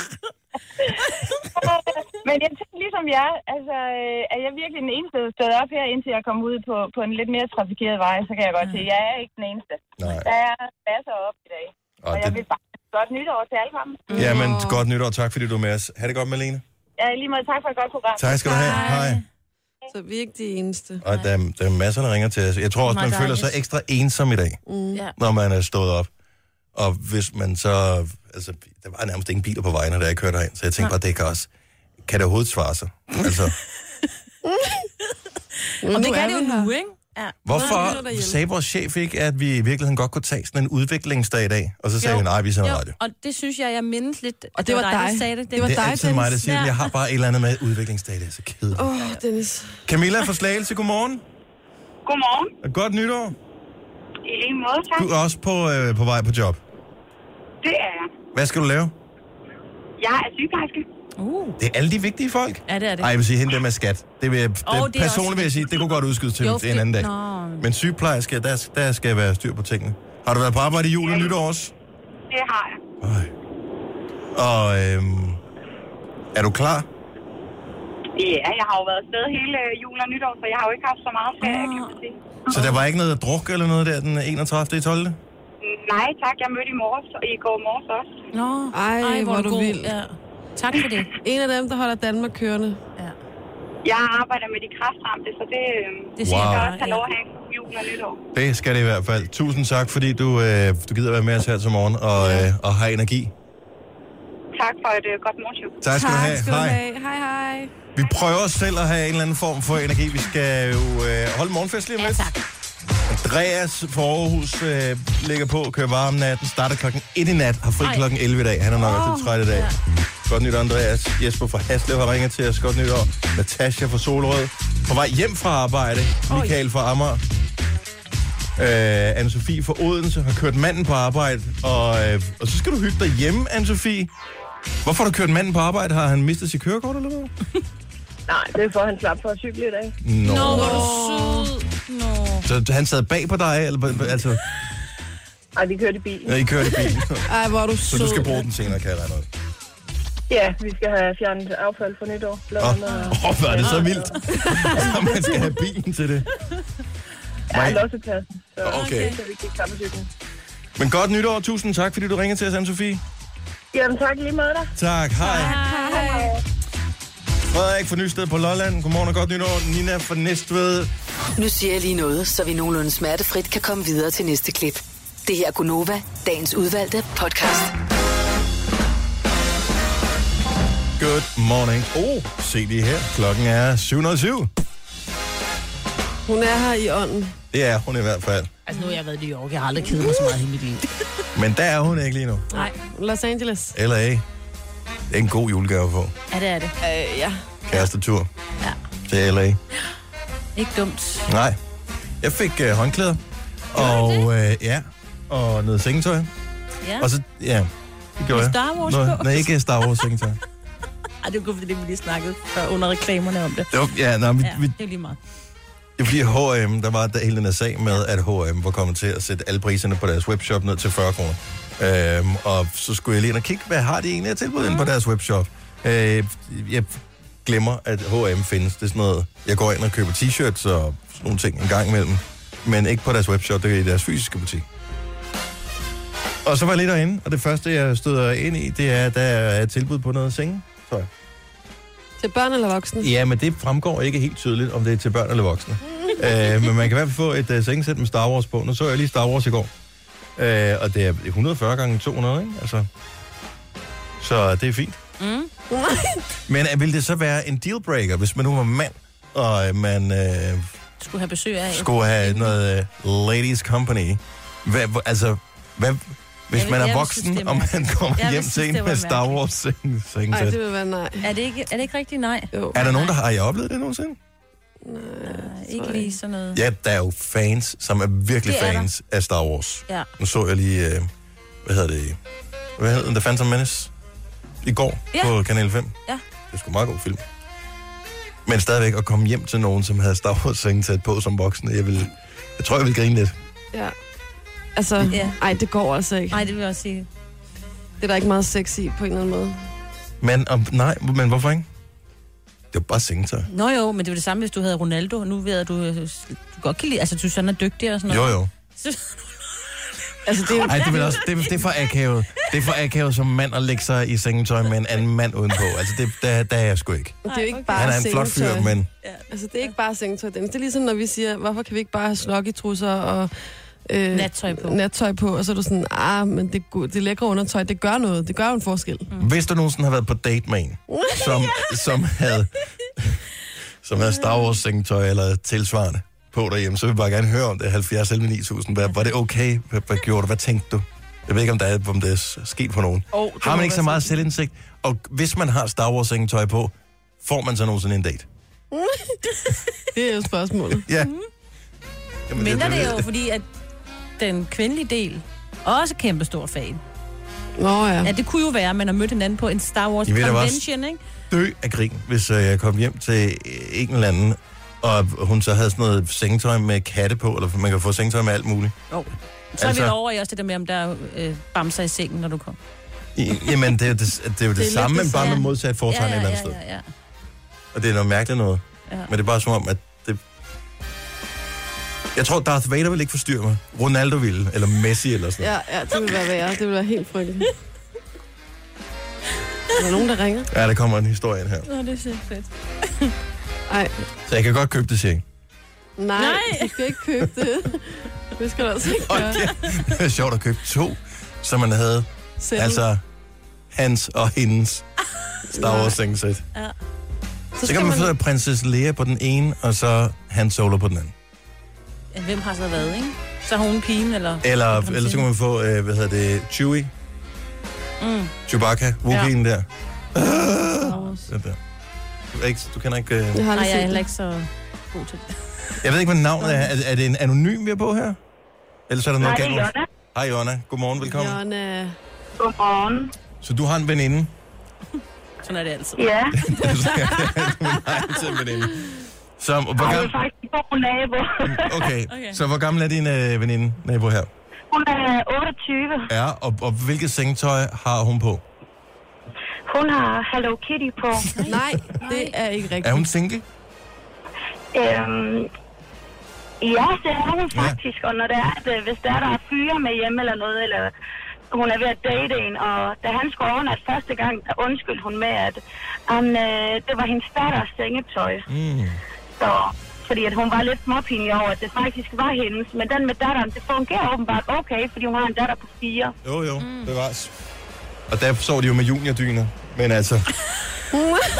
Men jeg tænker ligesom jeg, altså, øh, er jeg virkelig den eneste, der stod op her, indtil jeg kom ud på, på en lidt mere trafikeret vej, så kan jeg godt sige, at jeg er ikke den eneste. Nej. Der er masser op i dag. Og, og det... jeg vil bare godt nytår til alle sammen. Jamen, godt nytår. Tak fordi du er med os. Ha' det godt, Malene. Ja, lige måde. Tak for et godt program. Tak skal du have. Hej. Så vi er ikke de eneste. Og der, der er masser, der ringer til os. Jeg tror også, man føler sig ekstra ensom i dag, mm. når man er stået op. Og hvis man så... Altså, der var nærmest ingen biler på vejene, da jeg kørte herind, så jeg tænkte bare, det kan også... Kan det overhovedet svare sig? Altså... Og det kan det jo nu, ikke? Ja. Hvorfor sagde vores chef ikke, at vi i virkeligheden godt kunne tage sådan en udviklingsdag i dag? Og så sagde vi, nej, vi sender radio. Og det synes jeg, jeg mindes lidt. Og det var dig, der sagde det. Det var det er dig, altid Dennis. mig, der siger, ja. Jeg har bare et eller andet med udviklingsdag, det er så kedeligt. Åh, oh, Dennis. Camilla fra Slagelse, godmorgen. Godmorgen. Godt nytår. I lige måde, tak. Du er også på, øh, på vej på job. Det er jeg. Hvad skal du lave? Jeg er sygeplejerske. Uh. Det er alle de vigtige folk. Ja, det er det. Ej, jeg vil sige, hende der med skat. Det vil, det, oh, det personligt vil jeg sige, det kunne godt udskydes til jo, en anden dag. Nå. Men sygeplejerske, der, der skal være styr på tingene. Har du været på arbejde i jul og nytår også? Det har jeg. Øj. Og øhm, er du klar? Ja, jeg har jo været afsted hele jul og nytår, så jeg har jo ikke haft så meget ferie, kan man sige. Så der var ikke noget druk eller noget der den enogtredivte i tolvte? Nej, tak. Jeg mødte i morges, og i går morges også. Nå, ej, Ej hvor er du vild. Ja. Tak for det. En af dem, der holder Danmark kørende. Ja. Jeg arbejder med de kræftramte, så det, det wow. skal jeg også have lov at have jul og nytår. Det skal det i hvert fald. Tusind tak, fordi du, øh, du gider være med os her til morgen og, øh, og har energi. Tak for et øh, godt morgenshow. Tak skal tak, du have. Skal hej. Du have. Hej, hej. Vi prøver selv at have en eller anden form for energi. Vi skal jo øh, holde morgenfest lige om lidt. Ja, tak. Andreas fra Aarhus øh, ligger på, kører varme natten, starter klokken et i nat, har fri Ej. klokken elleve i dag. Han er nok også lidt træt i dag. Ja. Godt nytår, Andreas. Jesper fra Haslev har ringet til os. Godt nytår. Natasha fra Solrød. På vej hjem fra arbejde. Michael fra Amager. Øh, Anne-Sophie fra Odense har kørt manden på arbejde, og, øh, og så skal du hygge dig hjemme, Anne-Sophie. Hvorfor har du kørt manden på arbejde? Har han mistet sit kørekort, eller hvad? Nej, det er for, at han slap for at cykle i dag. Nå. Nå, hvor er du sød. Nå. Så han sad bag på dig, eller altså... Nej, de kørte i bilen. Ja, I kørte i bilen. Ej, hvor er du Så sød. du skal bruge den senere, kan jeg regne ud. Ja, vi skal have fjernet affald for nytår. Åh, oh, oh, hvor er det så vildt. Så man skal have bilen til det. Ja, lossepladsen. Så Okay. så vi kan komme cyklen. Men godt nytår. Tusind tak, fordi du ringer til os, Anne-Sophie. Jamen, tak lige med dig. Tak. Hej. Hej. Frederik fra Nysted på Lolland. Godmorgen og godt nytår. Nina fra Næstved. Nu siger jeg lige noget, så vi nogenlunde smertefrit kan komme videre til næste klip. Det her er Gunova, dagens udvalgte podcast. Good morning. Oh, se lige her. Klokken er syv nul syv. Hun er her i ånden. Det er hun i hvert fald. Altså, nu har jeg været i New York. Jeg har aldrig kedet mig så meget i mit liv. Men der er hun ikke lige nu. Nej. Los Angeles. L A. Det er en god julegave på. Ja, det er det. Øh, ja. Kærestetur. Ja. Til L A. Ikke dumt. Nej. Jeg fik øh, håndklæder. Og øh, ja. Og noget sengetøj. Ja. Og så, ja. Det gjorde jeg. Star Wars Nå, på. nej, ikke Star Wars sengetøj. Ej, det var godt, fordi vi lige snakkede før under reklamerne om det. Det var, ja, nej, vi, Ja, vi, det er lige meget. det er fordi H og M, der var der hele den her sag med, at H og M var kommet til at sætte alle priserne på deres webshop ned til fyrre kroner. Øhm, og så skulle jeg lige ind og kigge, hvad har de egentlig af tilbud inde på deres webshop. Øh, jeg glemmer, at H og M findes. Det er sådan noget, jeg går ind og køber t-shirts og sådan nogle ting en gang imellem. Men ikke på deres webshop, det er i deres fysiske butik. Og så var jeg lidt derinde, og det første, jeg støder ind i, det er, at der er et tilbud på noget sengetøj. Til børn eller voksne? Ja, men det fremgår ikke helt tydeligt, om det er til børn eller voksne. øh, men man kan i hvert fald få et uh, sengesæt med Star Wars på. Nu så jeg lige Star Wars i går. Øh, og det er et hundrede og fyrre gange to hundrede, ikke? Altså, så det er fint. Mm. Men uh, vil det så være en dealbreaker, hvis man nu var mand, og uh, man uh, Skulle have besøg af. skulle have noget uh, ladies company? Hvad, hvor- altså, hvad, hvis Jeg vil- man er jeg vil voksen, synes, det er og man mærkeligt. kommer Jeg vil hjem synes, til en det var med Star mærkeligt. Wars seng- Nej, sengesæt. det vil være nej. Er det ikke, er det ikke rigtigt nej? Jo. Er der nogen, der har, har I oplevet det nogensinde? Uh, ikke lige sådan noget. Ja, der er jo fans, som er virkelig Det er fans af Star Wars. Ja. Nu så jeg lige, øh, hvad hedder det, hvad hedder den, The Phantom Menace? I går Ja. på Kanal fem. Ja. Det er sgu en meget god film. Men stadigvæk at komme hjem til nogen, som havde Star Wars sengetøj på som voksne, jeg, vil, jeg tror, jeg vil grine lidt. Ja. Altså, Ja. ej, det går altså ikke. Nej, det vil jeg også sige. Det er der ikke meget sex i på en eller anden måde. Men, om, nej, men hvorfor ikke? Det var bare sengetøj. Nå jo, men det var det samme, hvis du havde Ronaldo. Nu ved jeg, at du, øh, du godt kan lide, altså du synes, han er dygtig og sådan Jo, noget. jo. Så, Altså, det er jo... Ej, det, er vel også, det, det er for akavet. Det er for akavet som mand at lægge sig i sengetøj med en anden mand udenpå. Altså, det, der, der er jeg sgu ikke. Det er jo ikke bare Han er en flot fyr, sengetøj. men... Altså, det er ikke bare sengetøj, Dennis. Det er ligesom, når vi siger, hvorfor kan vi ikke bare have sloggy-trusser og... Øh, Nattøj på. Nattøj på, og så er du sådan, ah, men det, go- det lækre undertøj, det gør noget. Det gør jo en forskel. Mm. Hvis du nogensinde har været på date med en, som, som havde, som havde Star Wars sengetøj eller tilsvarende på derhjemme, så vil jeg bare gerne høre om det. halvfjerds elleve ni tusind. Hvad, var det okay? Hvad, hvad gjorde du? Hvad tænkte du? Jeg ved ikke, om, der er, om det er sket for nogen. Oh, har man ikke så meget selvindsigt? Og hvis man har Star Wars sengetøj på, får man så nogensinde en date? Det er jo spørgsmålet. Ja. Mm. Jamen, mindre det er jo, fordi at den kvindelige del også er kæmpe stor fan. Nå ja. Ja, det kunne jo være, at man har mødt hinanden på en Star Wars I ved da også- convention, ikke? Dø af grin, hvis øh, jeg kom hjem til en eller anden, og hun så havde sådan noget sengetøj med katte på, eller man kan få sengetøj med alt muligt. Jo. Så er Altså- vi over i også det der med, om der er øh, bamser i sengen, når du kommer. I, jamen, det er jo det, det, er jo det, Det er det samme, lidt men det bare med samme. modsat foretegn ja, et ja, eller andet ja, sted. ja, ja. Og det er noget mærkeligt noget. Ja. Men det er bare som om, at det... Jeg tror, Darth Vader vil ikke forstyrre mig. Ronaldo ville, eller Messi eller sådan noget. Ja, ja, det vil være værre. Det vil være helt frygteligt. Er der nogen, der ringer? Ja, der kommer en historie ind her. Nå, det er så fedt. Nej. Så jeg kan godt købe det, siger jeg. Nej, Nej. du skal ikke købe det. Det skal du altså ikke Og gøre. det, det er sjovt at købe to, som man havde. Selv. Altså, hans og hendes Star Wars sengesæt. Ja. Så, så kan man få prinsesse Leia på den ene, og så Han Solo på den anden. Ja, hvem har så været, ikke? Så har hun pigen, eller... Eller, eller så kan man få, øh, hvad hedder det, Chewie. Mm. Chewbacca, Wookiee'en der. Wars. Den der. Du, er ikke, du kender ikke... Øh... Jeg har Nej, aldrig jeg er set heller det. ikke så god til det. Jeg ved ikke, hvad navnet er. Er, er det en anonym, vi er på her? Ellers er der noget Nej, det er galt. Jonna. Hej, Jonna. Godmorgen, velkommen. Jonna. Godmorgen. Så du har en veninde? Sådan er det altid. Ja. Du har altid en veninde. Så, hvor Jeg er gammel... faktisk en god nabo. Okay. okay, så hvor gammel er din øh, veninde, nabo her? Hun er otteogtyve. Ja, og, og hvilket sengetøj har hun på? Hun har Hello Kitty på. Nej, det er ikke rigtigt. Er hun single? Øhm, ja, det er hun faktisk. Ja. Og når det er, at øh, hvis der er, der er fyre med hjemme eller noget, eller hun er ved at date en, og da han skulle overnatte første gang, der undskyldte hun med, at um, øh, det var hendes datters sengetøj. Mm. Så, fordi at hun var lidt småpinlig over, at det faktisk var hendes. Men den med datteren, det fungerer åbenbart okay, fordi hun har en datter på fire. Jo, jo, mm. bevares. Og der sov de jo med juniordyner. Men altså... ah,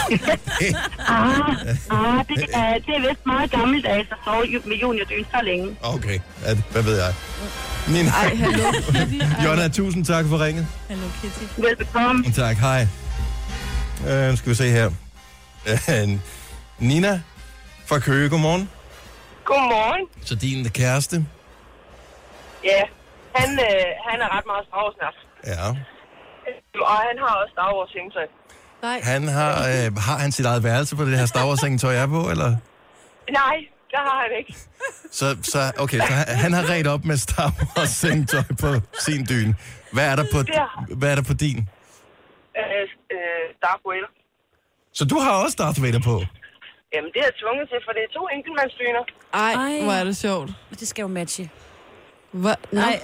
ah, det, er, det er vist meget gammeldags at sove med juniordyn så længe. Okay, ja, hvad ved jeg. Nina. Ej, hallo. Jonna, tusind tak for ringet. Hello Kitty. Velbekomme. Tak, hej. Øh, nu skal vi se her. Øh, Nina fra Køge, godmorgen. Godmorgen. Så din kæreste? Ja, han, øh, han er ret meget Star Wars-nørd. Ja. Og han har også Star Wars sengetøj. Nej. Han har, øh, har han sit eget værelse på det her Star Wars-sengetøj, jeg er på, eller? Nej, det har han ikke. Så, så okay, så han, han har ret op med Star Wars-sengetøj på sin dyne. Hvad er der på, hvad er der på din? Øh, øh, Darth Vader. Så du har også Darth Vader på? Jamen, det er jeg tvunget til, for det er to enkeltmandsdyner. Ej, Ej, hvor er det sjovt. Det skal jo matche. Hvad? Nej.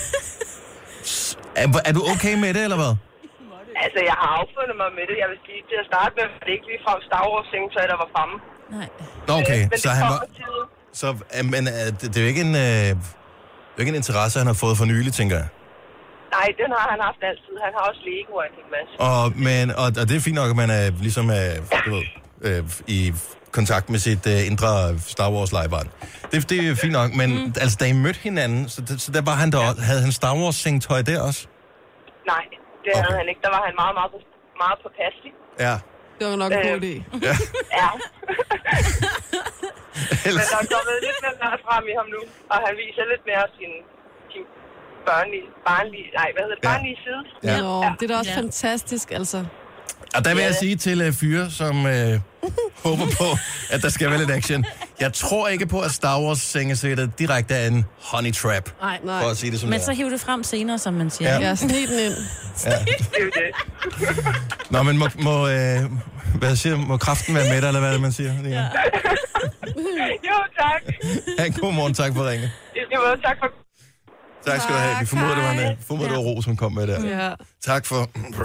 Er, er du okay med det, eller hvad? Altså, jeg har affundet mig med det. Jeg vil sige, til at starte med, at det ikke lige fra Star Wars sengetøj, der var fremme. Nej. Okay, øh, så han var... Så, øh, men øh, det, det er jo ikke en, øh, det er ikke en interesse, han har fået for nylig, tænker jeg. Nej, den har han haft altid. Han har også Lego og en hel masse. Og, men, og, og det er fint nok, at man er ligesom øh, du ved, øh, i kontakt med sit øh, indre Star Wars-legebarn. Det, det er fint nok, men mm. altså, da I mødte hinanden, så, så der var han der også, havde han Star Wars-sengetøj der også? Nej, det okay. havde han ikke. Der var han meget, meget, meget påpasselig. Ja. Det var nok en god idé. Ja. Ja. Men der er kommet lidt mere nær frem i ham nu, og han viser lidt mere sin, sin børnlige, barnlige, nej, hvad hedder det, barnlige side. Ja. Nå, Ja. det er da også ja. fantastisk, altså. Og der vil Ja. jeg sige til uh, fyre, som uh, håber på, at der skal være lidt action. Jeg tror ikke på, at Star Wars-sengesættet direkte er en honey trap. Nej, nej. For at sige det som Men det så er. hiv det frem senere, som man siger. Ja. Ja, snit den ind. Ja. Det er jo det. Nå, men må, må, øh, hvad siger, må kraften være med dig, eller hvad er det, man siger? Ja. Jo, tak. Ja, god morgen, tak for ringe. Jo, tak for... Tak skal du have. Vi formoder, det var, en, formoder, det var Ro, som kom med der. Ja. Tak for...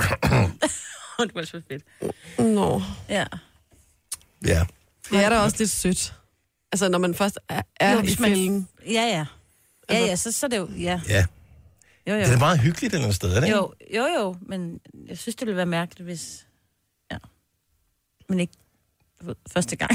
Det var så fedt. Nå. Ja. Ja. Det er da også lidt sødt. Altså, når man først er, er Jo, i hvis man- filmen. Ja, ja. Ja, ja, så, så er det jo... Ja. Ja. Jo, jo. Det er meget hyggeligt et eller andet sted, er det ikke? Jo, jo, jo, men jeg synes, det ville være mærkeligt, hvis... Ja. Men ikke du ved, første gang.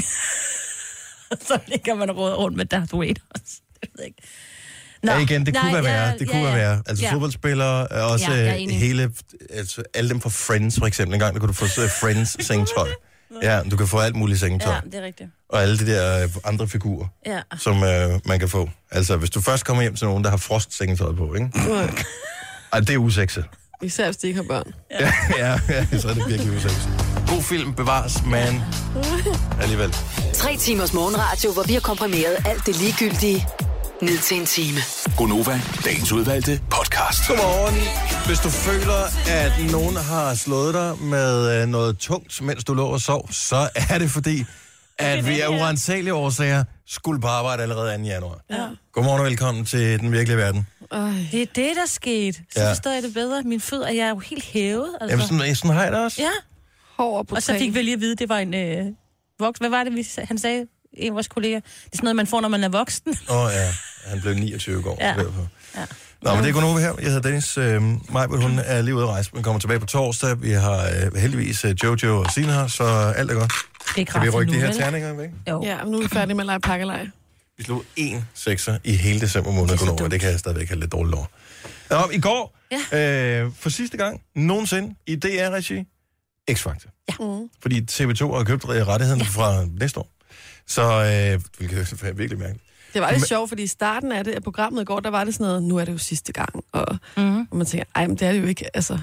Så ligger man råd rundt med Darth Vader også. Det ved jeg ikke. Nå, Ja, igen, det kunne nej, være værre. ja, Det kunne ja, være ja. værre. Altså Ja. fodboldspillere, er også Ja, jeg er ja, enig. hele... Altså, alle dem fra Friends, for eksempel. En gang, der kunne du få uh, Friends-sengetøj. Ja, du kan få alt muligt sengetøj. Ja, det er rigtigt. Og alle de der øh, andre figurer, Ja. som øh, man kan få. Altså, hvis du først kommer hjem til nogen, der har frost-sengetøj på, ikke? Nej. Ej, det er usekset. Især hvis de ikke har børn. Ja, ja, ja, så er det virkelig usekset. God film, bevares, men alligevel. Tre timers morgenradio, hvor vi har komprimeret alt det ligegyldige ned til en time. Gonova, dagens udvalgte podcast. Godmorgen. Hvis du føler, at nogen har slået dig med øh, noget tungt, mens du lå og sov, så er det fordi, at vi af uansagelige årsager skulle på arbejde allerede anden januar. Ja. Godmorgen og velkommen til den virkelige verden. Øj. Det er det, der skete. Så Ja. forstår jeg det bedre. Mine fødder, jeg er jo helt hævet. Altså. Jamen, sådan, sådan har jeg det også. Ja, Hår på og så træ. fik vi lige at vide, at det var en øh, voksen. Hvad var det, vi, han sagde? En af vores kolleger. Det er sådan noget, man får, når man er voksen. Åh oh, ja, han blev niogtyve i går. Ja. Derfor. Ja. Nå, men det er kun over her. Jeg hedder Dennis. Øh, Majbert, hun er lige ude at rejse. Vi kommer tilbage på torsdag. Vi har øh, heldigvis øh, Jojo og Signe her, så alt er godt. Det er Kan vi rykke nu, de her vel? terninger væk? Jo. Ja, nu er vi færdige med at lege pakkelej. Vi slog én sekser i hele december måned. Det er så Det, dumt. det kan jeg stadigvæk have lidt dårligt over. Nå, i går, Ja. øh, for sidste gang nogensinde i D R-regi, X-Factor. Ja. Mm. Fordi T V to har købt rettigheden ja. fra næste år. Så, øh, hvilket er virkelig mærkeligt. Det var lidt sjovt, fordi i starten af det, af programmet i går, der var det sådan noget, nu er det jo sidste gang, og, mm-hmm. og man tænker, ej, men det er det jo ikke, altså...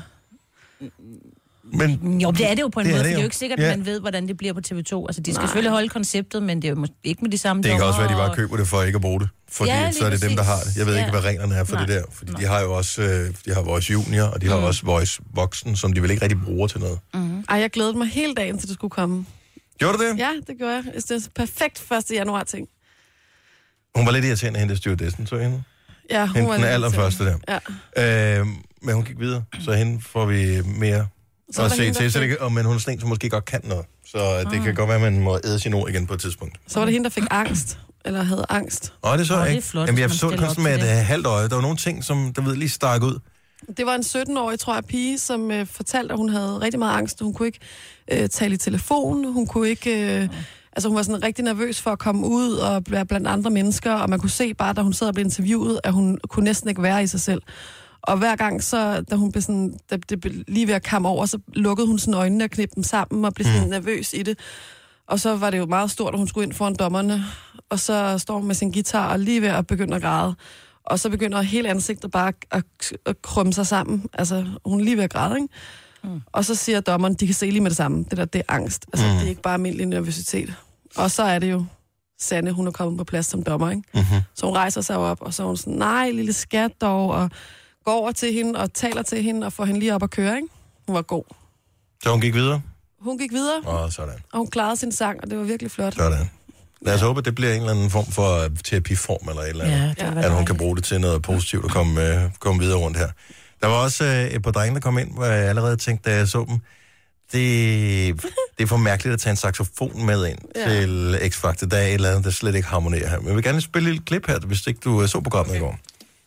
Men, jo, det er det jo på en det måde, er for det det er jo jo ikke sikkert, ja. at man ved, hvordan det bliver på T V to. Altså, de skal Nej. selvfølgelig holde konceptet, men det er jo ikke med de samme det kan dommer også være, at de bare og- køber det for ikke at bruge det. Fordi Ja, ja, lige så er det dem, der har det. Jeg ved præcis. ikke, hvad reglerne er for Nej. det der. Fordi de har jo også øh, de har Voice Junior, og de har Mm. også Voice Voksen, som de vel ikke rigtig bruger til noget. Mm-hmm. Ej, jeg glædede mig hele dagen, til det skulle komme. Gjorde du det? Ja, det gjorde jeg. Jeg synes, Det er perfekt første januar ting. Hun var lidt irriterende, hende stewardessen, så hende. Ja, hun Hende var den lidt allerførste der. Ja. Øh, men hun gik videre, så hende får vi mere Så er at der se hende, der til. Så fik- det, kan- men hun er sådan en, som måske godt kan noget. Så det Ah. kan godt være, at man må æde sine ord igen på et tidspunkt. Så var det hende, der fik angst. Eller havde angst. Og det så Åh, jeg det er ikke. flot, Jamen, jeg hvis så man det stiller kun op sådan med til et det. øh, halvt øje. Der var nogle ting, som der ved lige stak ud. Det var en sytten-årig, tror jeg, pige, som øh, fortalte, at hun havde rigtig meget angst. Hun kunne ikke øh, tale i telefon. Hun kunne ikke... Øh, altså, hun var sådan rigtig nervøs for at komme ud og være blandt andre mennesker. Og man kunne se bare, da hun sad og blev interviewet, at hun kunne næsten ikke være i sig selv. Og hver gang, så, da hun blev sådan, da det blev lige ved at komme over, så lukkede hun sådan øjnene og knep dem sammen og blev sådan mm. nervøs i det. Og så var det jo meget stort, at hun skulle ind foran dommerne. Og så står hun med sin guitar og lige ved at begynde at græde. Og så begynder hele ansigtet bare at, at, at krømme sig sammen. Altså, hun er lige ved at græde, ikke? Mm. Og så siger dommeren, de kan se lige med det samme. Det der, det er angst. Altså, mm. det er ikke bare almindelig nervøsitet. Og så er det jo Sanne, hun er kommet på plads som dommer, ikke? Mm-hmm. Så hun rejser sig op, og så er hun sådan, nej, lille skat dog, og går over til hende og taler til hende og får hende lige op at køre, ikke? Hun var god. Så hun gik videre. Hun gik videre, Åh, sådan. og hun klarede sin sang, og det var virkelig flot. Sådan. Lad os håbe, at det bliver en eller anden form for øh, terapiform eller et eller andet. Ja, det Ja. var At hun dejligt. kan bruge det til noget positivt og komme, øh, komme videre rundt her. Der var også øh, et par drenge, der kom ind, hvor jeg allerede tænkte, da jeg så dem, det, det er for mærkeligt at tage en saxofon med ind Ja. ja. til X-Factor. Der er et eller andet, der slet ikke harmonerer her. Men jeg vil gerne spille et lille klip her, hvis ikke du øh, så programmet i går.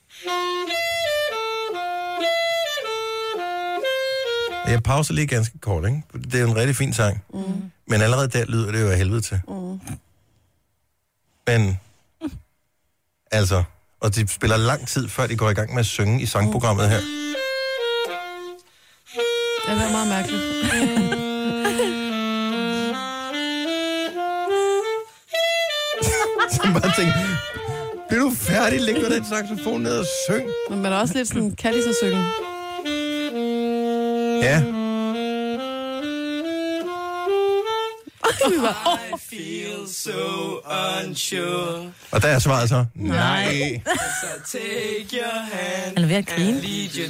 Jeg pauser lige ganske kort, ikke? Det er en rigtig fin sang. Mm. Men allerede der lyder det jo af helvede til. Mm. Men, altså, og de spiller lang tid, før de går i gang med at synge i sangprogrammet her. Det var meget mærkeligt. Så jeg bare tænker, bliver du færdig? Læg du den saxofon ned og syng. Men man er også lidt sådan, kan de så synge? Ja. Og der er svaret så, nej. Han er ved at grine.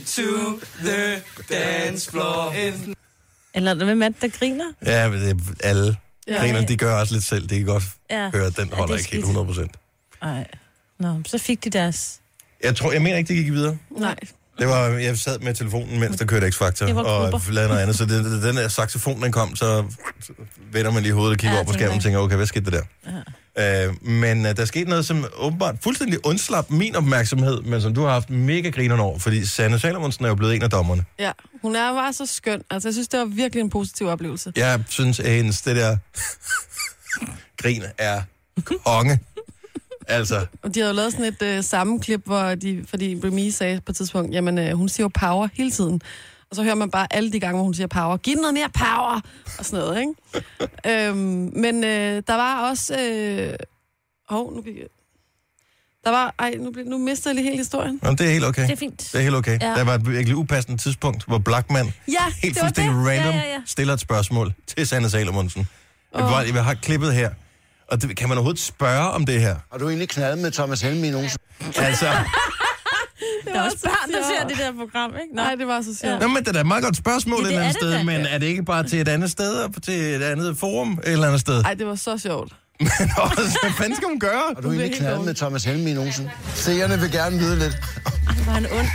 Eller hvem er det, der griner? Ja, men det er alle. Ja. Grinerne, de gør også lidt selv. De kan godt Ja. høre, at den Ja, holder det er ikke helt skidt. hundrede procent. Nej. Nå, så fik de deres... Jeg tror, jeg mener ikke, det gik videre. Nej. Det var, jeg sad med telefonen, mens der kørte X-Factor, Det var og grupper. lavede noget andet. Så det, det, den der saxofon, den kom, så vender man lige hovedet og kigger Ja, op på tænker skærmen og jeg. tænker, okay, hvad skete der der? Øh, men uh, der skete noget, som åbenbart fuldstændig undslap min opmærksomhed, men som du har haft mega grinerne over, fordi Sanne Salomonsen er jo blevet en af dommerne. Ja, hun er bare så skøn. Altså, jeg synes, det var virkelig en positiv oplevelse. Jeg synes, at hendes det der grin er konge. Altså, Og de havde jo lavet sådan et øh, sammenklip, hvor de, fordi Remy sagde på et tidspunkt, jamen, øh, hun siger jo power hele tiden. Og så hører man bare alle de gange, hvor hun siger power. Giv den noget mere power! Og sådan noget, ikke? øhm, men øh, der var også... Øh... Hov, nu gik jeg... Der var... Ej, nu, blev... nu mister jeg lige hele historien. jamen, det er helt okay. Det er fint. Det er helt okay. Ja. Der var et virkelig upassende tidspunkt, hvor Blackman Ja, helt det var fuldstændig det. random Ja, ja, ja. stiller et spørgsmål til Sanne Salomonsen. Jeg, Åh. oh. jeg har klippet her. Og det, kan man overhovedet spørge om det her? Har du egentlig knaldet med Thomas Helmi nogensinde? Altså, Der er også børn, der ser det der program, ikke? Nå. Nej, det var så sjovt. nå, men det er da et meget godt spørgsmål Ja, et det eller andet er det sted, da. men er det ikke bare til et andet sted, og til et andet forum et eller andet sted? Ej, det var så sjovt. Men også, hvad fanden skal hun gøre? Har du egentlig helt knaldet dårlig. med Thomas Helmi nogensinde? Seerne vil gerne vide lidt. Var han ond?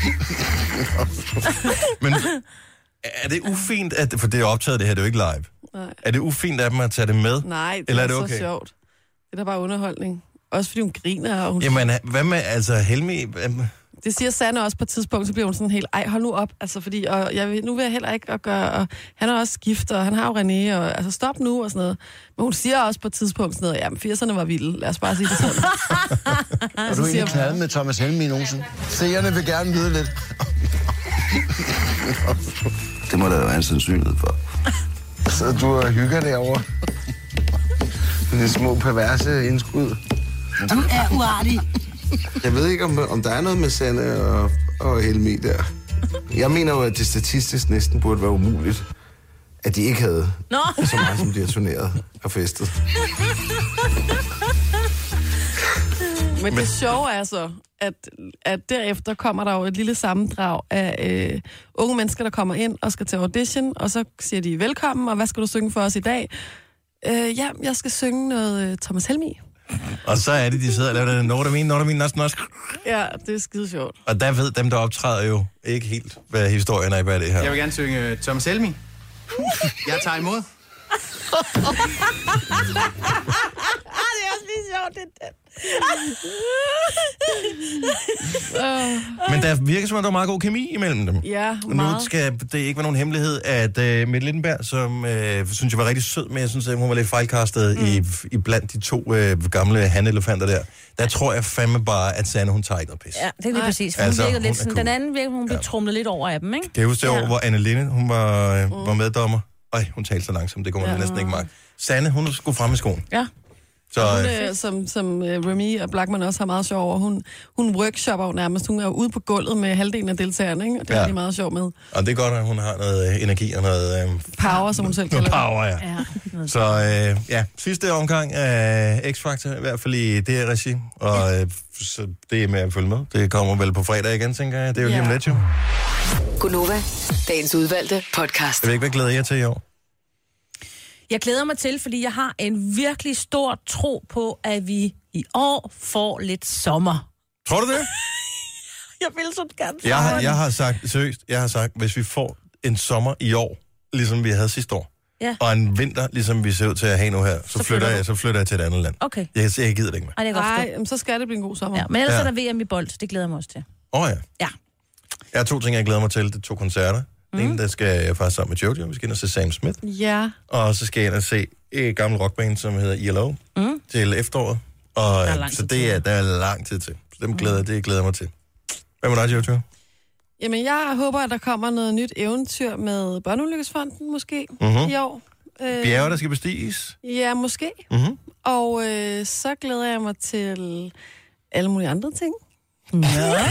Men er det ufint, at, for det er optaget det her, det er jo ikke live. Nej. Er det ufint af dem at tage det med? Nej, det Eller er var det okay? så sjovt. Det er da bare underholdning. Også fordi hun griner, og hun... Jamen, hvad med, altså Helmi... øhm, Det siger Sanne også på et tidspunkt, så bliver hun sådan helt, ej, hold nu op, altså fordi, og jeg vil, nu vil jeg heller ikke at gøre, og han er også gift, og han har jo René, og altså stop nu, og sådan noget. Men hun siger også på et tidspunkt sådan noget, jamen firserne var vilde, lad os bare sige det sådan. Har du egentlig siger- knaldet med Thomas Helmi nogensinde? Seerne vil gerne vide lidt. Det må der jo være en sandsynlighed for. Så du og hygger derovre. De små perverse indskud. Du er uartig. Jeg ved ikke, om, om der er noget med Sanne og, og Helmi der. Jeg mener jo, at det statistisk næsten burde være umuligt, at de ikke havde Nå. så meget, som de har turneret og festet. Men det sjove er så, at, at derefter kommer der jo et lille sammendrag af øh, unge mennesker, der kommer ind og skal til audition, og så siger de velkommen, og hvad skal du synge for os i dag? Øh, ja, jeg skal synge noget øh, Thomas Helmig. Og så er det, de sidder og laver det, når der min, når der min, næsten også. Ja, det er skide sjovt. Og der ved dem, der optræder jo ikke helt, hvad historien er bag det her. Jeg vil gerne synge uh, Thomas Helmig. Jeg tager imod. Det er også lige sjovt, det er Men der virker som om, der er meget god kemi imellem dem. Ja, Og nu meget. skal det ikke være nogen hemmelighed, at uh, Mette Lindenberg, som uh, synes jeg var rigtig sød, men jeg synes, at hun var lidt fejlkastet mm. i, i blandt de to uh, gamle hanelefanter der. Der tror jeg fandme bare, at Sanne, hun tager ikke noget pis. Ja, det er lige præcis. For hun Altså, virker hun lidt er sådan, cool. den anden virker, hun blev ja. trumlet lidt over af dem, ikke? Kan jeg huske det Ja. år, hvor Anne Linde, hun var, øh, var meddommer? Øj, hun talte så langsomt, det kunne man ja. næsten ikke magt. Sanne, hun skulle frem i skoen. Ja. Så, Hun, øh, øh, som, som øh, Remy og Blackman også har meget sjov over, hun, hun workshopper jo nærmest. Hun er jo ude på gulvet med halvdelen af deltagerne, ikke? Og det Ja. er de meget sjov med. og det er godt, at hun har noget øh, energi og noget... Øh, Power, som hun selv noget kalder power, ja. Ja. Så øh, ja, sidste omgang af X-Factor, i hvert fald i det her regi. Og øh, så det er med at følge med. Det kommer vel på fredag igen, tænker jeg. Det er jo lige om Ja. lidt, jo. Gunova, dagens udvalgte podcast. Jeg ved ikke, hvad glæder jeg til i år? Jeg glæder mig til, fordi jeg har en virkelig stor tro på, at vi i år får lidt sommer. Tror du det? Jeg vil så gerne Jeg har, jeg har sagt, seriøst, jeg har sagt, hvis vi får en sommer i år, ligesom vi havde sidste år, Ja. og en vinter, ligesom vi ser ud til at have nu her, så, Så så, flytter flytter, du. jeg, så flytter jeg til et andet land. Okay. Jeg, jeg gider det ikke mere. Ej, det er godt Nej, forstå. jamen, så skal det blive en god sommer. Ja, men ellers Ja. ja. er der V M i bold, det glæder jeg mig også til. Åh oh, ja. Ja. Jeg har to ting, jeg glæder mig til. Det er to koncerter. Den ene, der skal jeg faktisk sammen med Jojo. Vi skal ind og se Sam Smith. Ja. Og så skal jeg ind og se et gammelt rockband, som hedder E L O, Mm. til efteråret. Og, er lang så tid det er, der er lang tid til. Så dem glæder, det glæder jeg mig til. Hvad med dig, Jojo? Jamen, jeg håber, at der kommer noget nyt eventyr med Børneulykkesfonden, måske, Mhm. i år. Øh, Bjerge, der skal bestiges. Ja, måske. Mhm. Og øh, så glæder jeg mig til alle mulige andre ting. Ja.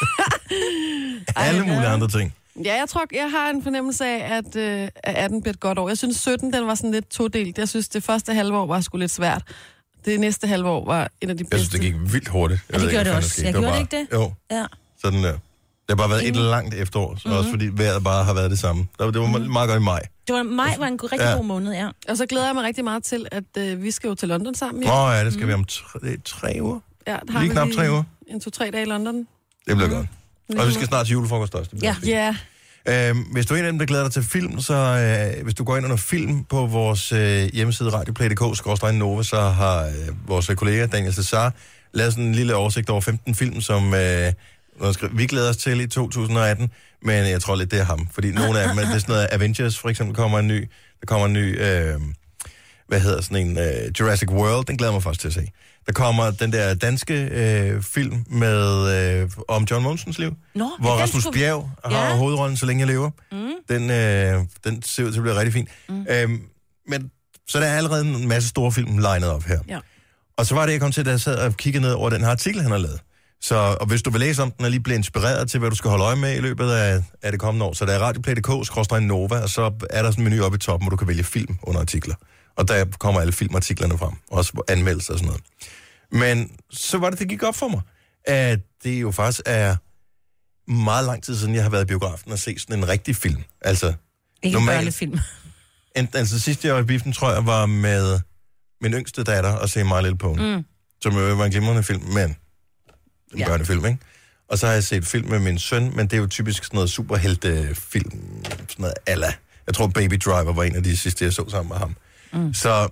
Alle mulige andre ting. Ja, jeg tror, jeg har en fornemmelse af, at, øh, at atten bliver et godt år. Jeg synes, sytten, den var sådan lidt todelt. Jeg synes, det første halvår var sgu lidt svært. Det næste halvår var en af de bedste. Jeg synes, det gik vildt hurtigt. Jeg Ja, det ved gjorde ikke, det hvad også. fanden Jeg der gjorde skete. det var ikke det? Jo, Ja. sådan der. Det har bare været et langt efterår, så mm-hmm. også fordi vejret bare har været det samme. Det var Mhm. meget godt i maj. Det var, maj var en go- rigtig Ja. ja. god måned, ja. Og så glæder jeg mig rigtig meget til, at øh, vi skal jo til London sammen. Åh oh, ja, det skal mm. vi om tre, det er tre uger. Ja, der har Lige vi knap tre uger. En to-tre dage i London. Det bliver godt. Og vi skal snart til julefrokost også. Det bliver Ja. fint. Ja. Øhm, hvis du er en af dem, der glæder dig til film, så øh, hvis du går ind under film på vores øh, hjemmeside radioplay punktum d k Nova, så har øh, vores kollega Daniel Cesar lavet sådan en lille oversigt over femten film, som øh, vi glæder os til i to tusind og atten, men jeg tror lidt, det er ham. Fordi nogle af dem, det er sådan noget Avengers, for eksempel, kommer en ny, der kommer en ny, øh, hvad hedder sådan en, øh, Jurassic World, den glæder mig faktisk til at se. Der kommer den der danske øh, film med øh, om John Mogensens liv, Nå, hvor den Rasmus skulle- Bjerg har Ja. hovedrollen, så længe jeg lever. Mm. Den, øh, den ser ud til at blive rigtig fin. Mm. Øhm, men så der er allerede en masse store film legnet op her. Ja. Og så var det, jeg kom til, da jeg sad og kiggede ned over den her artikel, han har lavet. Så og hvis du vil læse om den, og lige blive inspireret til, hvad du skal holde øje med i løbet af, af det kommende år, så der er radioplay punktum d k Nova, og så er der sådan en menu oppe i toppen, hvor du kan vælge film under artikler. Og der kommer alle filmartiklerne frem, også anmeldelser og sådan noget. Men så var det, det gik op for mig, at det jo faktisk er meget lang tid siden, jeg har været i biografen og set sådan en rigtig film. Altså, Ikke en børnefilm. En, altså sidste jeg var i biffen, tror jeg, var med min yngste datter og se My Little Pony. Mm. Som jo var en glimrende film, men en Ja. børnefilm, ikke? Og så har jeg set film med min søn, men det er jo typisk sådan noget superheltefilm, sådan noget alla. Jeg tror Baby Driver var en af de sidste, jeg så sammen med ham. Mm. Så,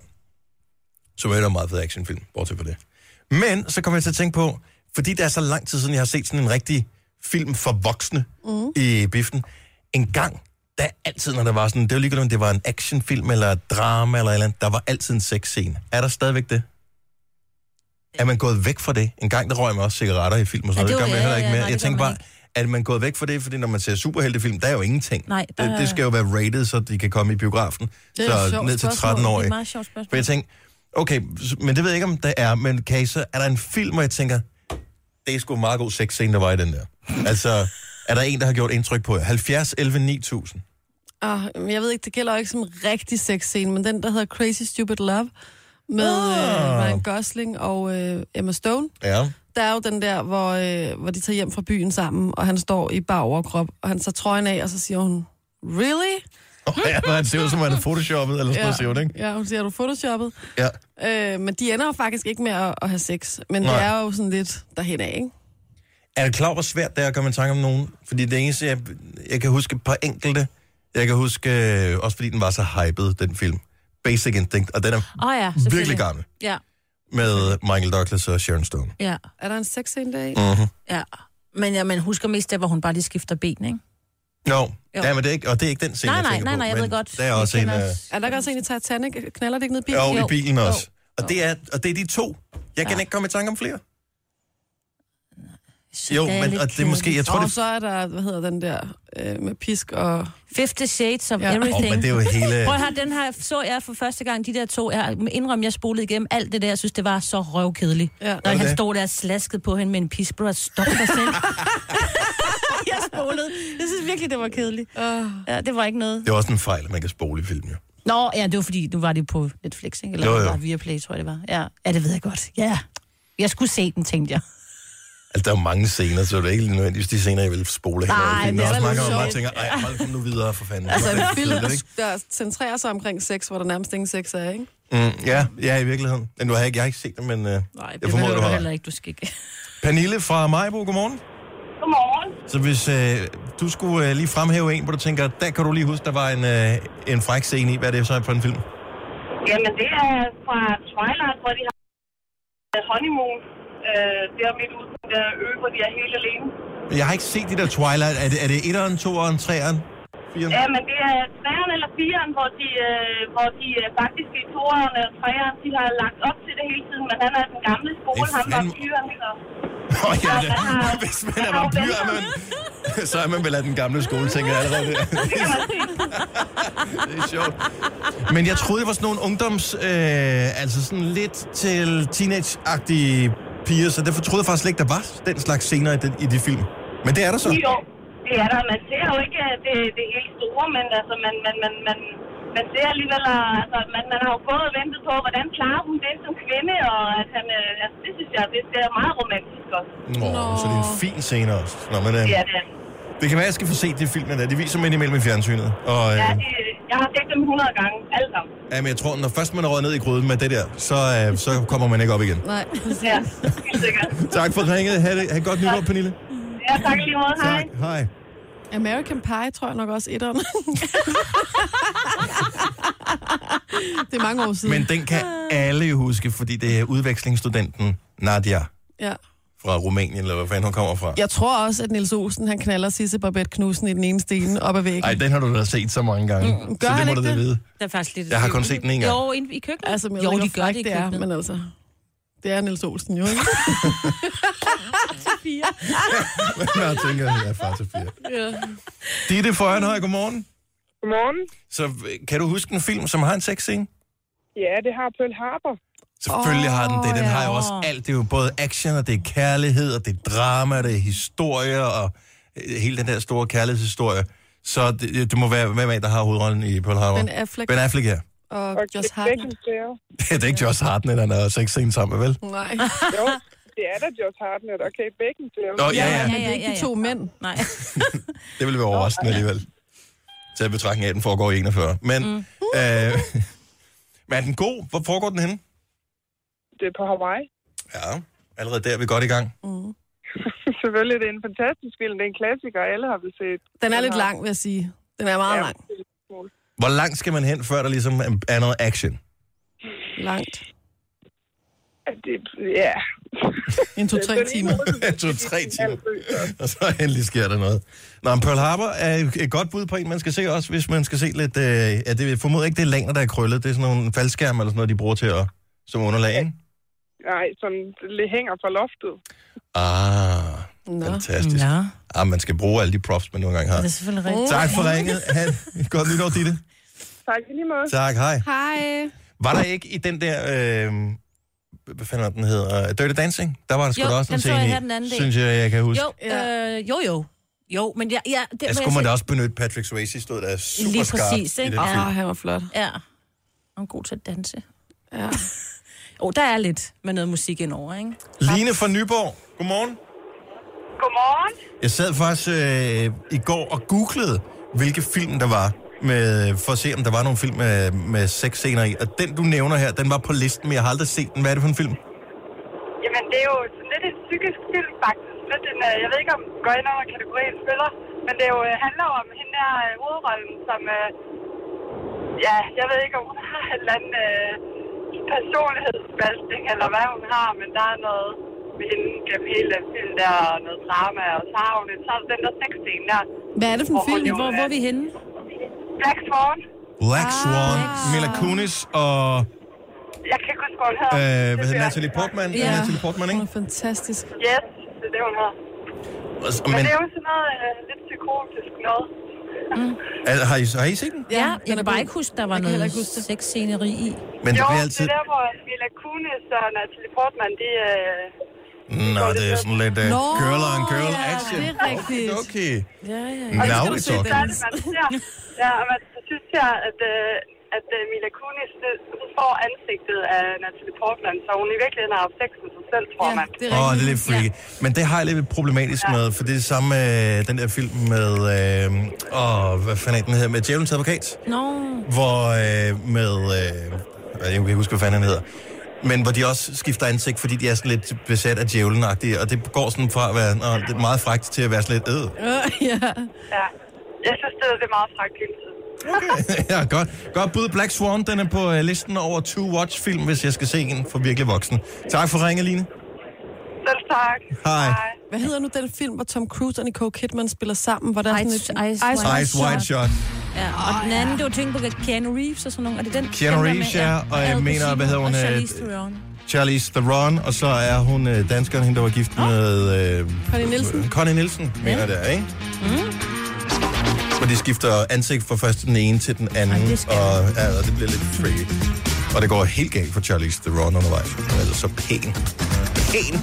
så var det en meget fed actionfilm, bortset for det. Men så kom jeg til at tænke på, fordi det er så lang tid siden, jeg har set sådan en rigtig film for voksne mm. i biffen. En gang, der altid, når der var sådan, det var ligegyldigt, om det var en actionfilm eller et drama eller et eller andet, der var altid en sexscene. Er der stadigvæk det? Er man gået væk fra det? En gang, der røg man også cigaretter i film og sådan Ja, noget. det Det gør var- man heller ja, ikke ja, mere. nej, Jeg det gør tænker man bare, er man gået væk fra det? Fordi når man ser superheltefilm, der er jo ingenting. Nej, der det, det skal jo være rated, så de kan komme i biografen. Det er et Så sjovt ned til spørgsmål. tretten år. Det er et meget sjovt spørgsmål. For jeg tænker, Okay, men det ved jeg ikke, om der er, men kan I så, er der en film, hvor jeg tænker, det er sgu en meget god sexscene, der var i den der. Altså, er der en, der har gjort indtryk på jer? halvfjerds elleve ni tusind. Ah, jeg ved ikke, det gælder jo ikke som en rigtig sexscene, men den, der hedder Crazy Stupid Love, med ah. øh, Ryan Gosling og øh, Emma Stone. Ja. Der er jo den der, hvor, øh, hvor de tager hjem fra byen sammen, og han står i bar overkrop, og han tager trøjen af, og så siger hun, really? Oh, ja, når han ser ud som, han er photoshoppet, eller sådan noget, ja, siger hun, ikke? Ja, hun siger, er du photoshoppet? Ja. Øh, men de ender jo faktisk ikke med at, at have sex, men Nej. det er jo sådan lidt derhen af, ikke? Er det klar, hvor svært det er at komme i tanke om nogen? Fordi det eneste, jeg, jeg kan huske et par enkelte, jeg kan huske, øh, også fordi den var så hyped, den film, Basic Instinct, og den er oh, ja, virkelig gammel. Ja. Med Michael Douglas og Sharon Stone. Ja. Er der en sexscene der i? Mm-hmm. Ja. Men ja, man husker mest det, hvor hun bare lige skifter ben, ikke? Nå, no. ja, men det er ikke, og det er ikke den scene, nej, jeg nej, tænker nej, på. nej, jeg ved godt. Der er også en... Uh... Er der ikke også en i Titanic? Knaller det ikke ned i bilen? Jo, i bilen også. Jo. Og det, er, og det er de to. Jeg kan ja. ikke komme i tanke om flere. Så jo, men og det er måske... Jeg tror, og det... så er der, hvad hedder den der, øh, med pisk og... Fifty Shades of ja. Everything. Oh, men det er jo hele... Prøv at høre, den her så jeg for første gang, de der to. Jeg indrømmer, jeg spolede igennem alt det der. Jeg synes, det var så røvkedeligt. Ja. Når han stod der og slaskede på hende med en pisk. Bro, stop dig selv. Jeg spolede. Jeg synes virkelig, det var kedeligt. Uh. Ja, det var ikke noget. Det var også en fejl, at man kan spole i film, jo. Nå, ja, det var fordi, nu var det på Netflix, ikke? Eller jo, jo. var Viaplay, tror jeg, det var. Ja. ja, det ved jeg godt. Ja, jeg skulle se den, tænkte jeg. Altså, der er jo mange scener, så det er ikke nødvendigvis de scener, jeg vil spole her. Nej, det er også mange, hvor man tænker, ej, hold nu videre for fanden. Altså, en film, der centrerer sig omkring sex, hvor der nærmest ingen sex er, ikke? Mm, ja, ja, i virkeligheden. Men nu har jeg, ikke, jeg har ikke set det, men uh, Nej, jeg formoder, du har. heller ikke, du skal ikke. Pernille fra Majbo, godmorgen. Godmorgen. Så hvis uh, du skulle uh, lige fremhæve en, hvor du tænker, der kan du lige huske, der var en, uh, en fræk scene i, hvad er det så for en film? Jamen, det er fra Twilight, hvor de har honeymoon. Øh, der midt ude på der ø, hvor de er helt alene. Jeg har ikke set de der Twilight. Er det, er det etteren, toeren, treeren, fireren? Ja, men det er treeren eller fireren, hvor de, øh, hvor de øh, faktisk i toeren og treeren, de har lagt op til det hele tiden, men han er den gamle skole, han var fyren. Åh oh, ja, det, har, hvis man er vampyr, er man, så er man vel af den gamle skole, tænker jeg allerede. Det kan man sige. Det er sjovt. Men jeg troede, det var sådan nogle ungdoms... Øh, altså sådan lidt til teenage-agtige piger, så derfor troede jeg faktisk ikke, der var den slags scener i de, i de film. Men det er der så. Jo, det er der. Man ser jo ikke det, det helt store, men altså, man, man, man, man, man ser alligevel, altså, man, man har jo gået og ventet på, hvordan klarer hun det som kvinde, og at han, altså, det synes jeg, det er meget romantisk også. Nå, Nå. Så det er en fin scene også. Nå, men, øh, ja, det er. Det kan være, at jeg skal få set de filmer der. De viser dem indimellem i fjernsynet. Og, øh, ja, det, jeg har set dem hundrede gange, alle sammen. Ja, men jeg tror, når først man er røget ned i gryden med det der, så, øh, så kommer man ikke op igen. Nej, ja, helt sikkert. Tak for ringet. Ha' det, ha' godt nytår, Pernille. Ja, tak lige måde. Hej. Tak, hej. American Pie, tror jeg nok også etteren. Det er mange år siden. Men den kan alle huske, fordi det er udvekslingsstudenten Nadia. Ja. Fra Rumænien, eller hvad fanden hun kommer fra. Jeg tror også, at Niels Olsen, han knaller Sisse Babette Knudsen i den ene sten op ad væggen. Nej, den har du da set så mange gange. Mm, gør så det han må ikke du da det? vide. Det er faktisk lidt... Jeg har kun set den en gang. Jo, i, i køkkenet. Altså, jo, de gør det i det er, køkkenet. men altså... Det er Niels Olsen, jo, ikke? Fire. Jeg tænker, jeg er far til fire. Ja. Ditte fra Ørnhøj, godmorgen. Godmorgen. Så kan du huske en film, som har en sexscene? Ja, det har Pearl Harbor. Selvfølgelig oh, har den det. Den ja. har jo også alt. Det er jo både action, og det er kærlighed, og det er drama, det er historie, og hele den der store kærlighedshistorie. Så det, det må være, hvem af der har hovedrollen i Pearl Harbor? Ben Affleck. Ben Affleck, ja. Og, og Josh Hartnett. Det er ikke Josh Hartnett, han har sexscene sammen med, vel? Nej. Jo, det er da Josh Hartnett og Kate Beckinsale. Nå, ja, ja. Men det er ikke de to mænd. Nej. Det ville være overraskende alligevel. Til at betragtning af, at den foregår i enogfyrre. Men, mm. øh, men er den god? Hvor foregår den henne? Det er på Hawaii. Ja, allerede der er vi godt i gang. Mm. Selvfølgelig, det er en fantastisk film. Det er en klassiker, alle har vel set. Den er lidt lang, vil jeg sige. Den er meget ja, lang. Hvor langt skal man hen, før der ligesom er noget action? Langt. Det, ja. En to-tre timer. En to-tre timer. Og så endelig sker der noget. Nå, men Pearl Harbor er et godt bud på en, man skal se også, hvis man skal se lidt... Øh, ja, det formoder ikke, det er længder, der er krøllet. Det er sådan nogle faldskærme eller sådan noget, de bruger til at... Som underlag, ikke? Nej, som det hænger fra loftet. Ah, Nå. Fantastisk. Nå. Ah, man skal bruge alle de props, man nogle gange har. Det er selvfølgelig rigtigt. Tak for ringet. Ha' et godt nytår, Ditte. Tak, i lige måde. Tak, hej. Hej. Var der ikke i den der, øh, hvad fanden var den hedder, Dirty Dancing? Der var der sgu da også en scene i, synes jeg, jeg kan huske. Jo, øh, jo, jo. Jo, men ja... ja det, jeg skulle man da også benytte Patrick Swayze, stod der super lige skarpt præcis, i ikke? den Ja, film. han var flot. Ja. Han er god til at danse. Ja. oh, der er lidt med noget musik indover, ikke? Line fra Nyborg, godmorgen. Godmorgen. Jeg sad faktisk øh, i går og googlede, hvilke film der var, med, for at se, om der var nogle film med, med sexscener i. Og den, du nævner her, den var på listen, men jeg har aldrig set den. Hvad er det for en film? Jamen, det er jo sådan lidt en psykisk film, faktisk. Lidt en, jeg ved ikke, om den går ind under kategorien spiller, men det jo, handler jo om hende der uh, hovedrollen, som... Uh, ja, jeg ved ikke, om hun har en eller anden uh, personlighedsspaltning, eller hvad hun har, men der er noget med hende gennem hele filmen der, og noget drama, og så har hun en, så den der sexscene der. Hvad er det for en film? Hvor, hvor er vi henne? Black Swan. Black Swan, ah, Mila Kunis og... Jeg kan ikke huske, hvad hun hedder. Øh, hvad hedder Natalie Portman? Ja, Natalie Portman, ikke? Hun er fantastisk. Yes, det er det, hun hedder. Altså, men, men det er jo sådan noget uh, lidt psykotisk noget. Mm. Altså, har, I, har I set den? Ja, jeg kan bare ikke huske, der var noget sexsceneri i. Men det jo, bliver altid... det er der, hvor Mila Kunis og Natalie Portman, de... Uh, Nå, det er sådan lidt uh, Nå, girl on girl ja, action. det er rigtigt. Okay, okay. Ja, ja. Now we talk. talking. Ja, og man synes jeg, at, uh, at uh, Mila Kunis, hun får ansigtet af Natalie Portman, så hun i virkeligheden har haft sex med sig selv, tror man. Åh, oh, det er lidt freaky. Ja. Men det har jeg lidt problematisk ja. med, for det er det samme med den der film med... Øh, åh, hvad fanden er den hedder? Med Djævelens Advokat. No. Hvor øh, med... Øh, jeg kan ikke huske, hvad fanden han hedder. Men hvor de også skifter ansigt, fordi de er sådan lidt besat af djævlen-agtige, og det går sådan fra at være åh, det er meget frækt til at være sådan lidt øh. Uh, ja. Ja, jeg synes, det er meget frækt hele tiden. Okay, ja, godt. Godt bud. Black Swan, den er på uh, listen over to-watch-film, hvis jeg skal se en for virkelig voksen. Tak for ringe, Line. Selv tak. Hej. Hvad hedder nu den film, hvor Tom Cruise og Nicole Kidman spiller sammen? Hvor der er Ice, sådan et... Ice, Ice, White Ice White Shot. Ja, og oh, den anden, det var tænkt på Keanu Reeves og sådan nogle. Er det den? Keanu den Reeves, ja, og jeg Al mener, Pacino hvad hedder hun? Og øh, Charlize Theron. Charlize Theron, og så er hun øh, danskeren, hende, der var gift oh. med... Øh, Connie Nielsen. Connie Nielsen, mener ja. det er, ikke? Mm. Hvor de skifter ansigt fra først den ene til den anden, Ej, og, ja, og det bliver lidt freaky. Og det går helt galt for Charlize Theron undervejs. Hun er altså så pæn. Pæn!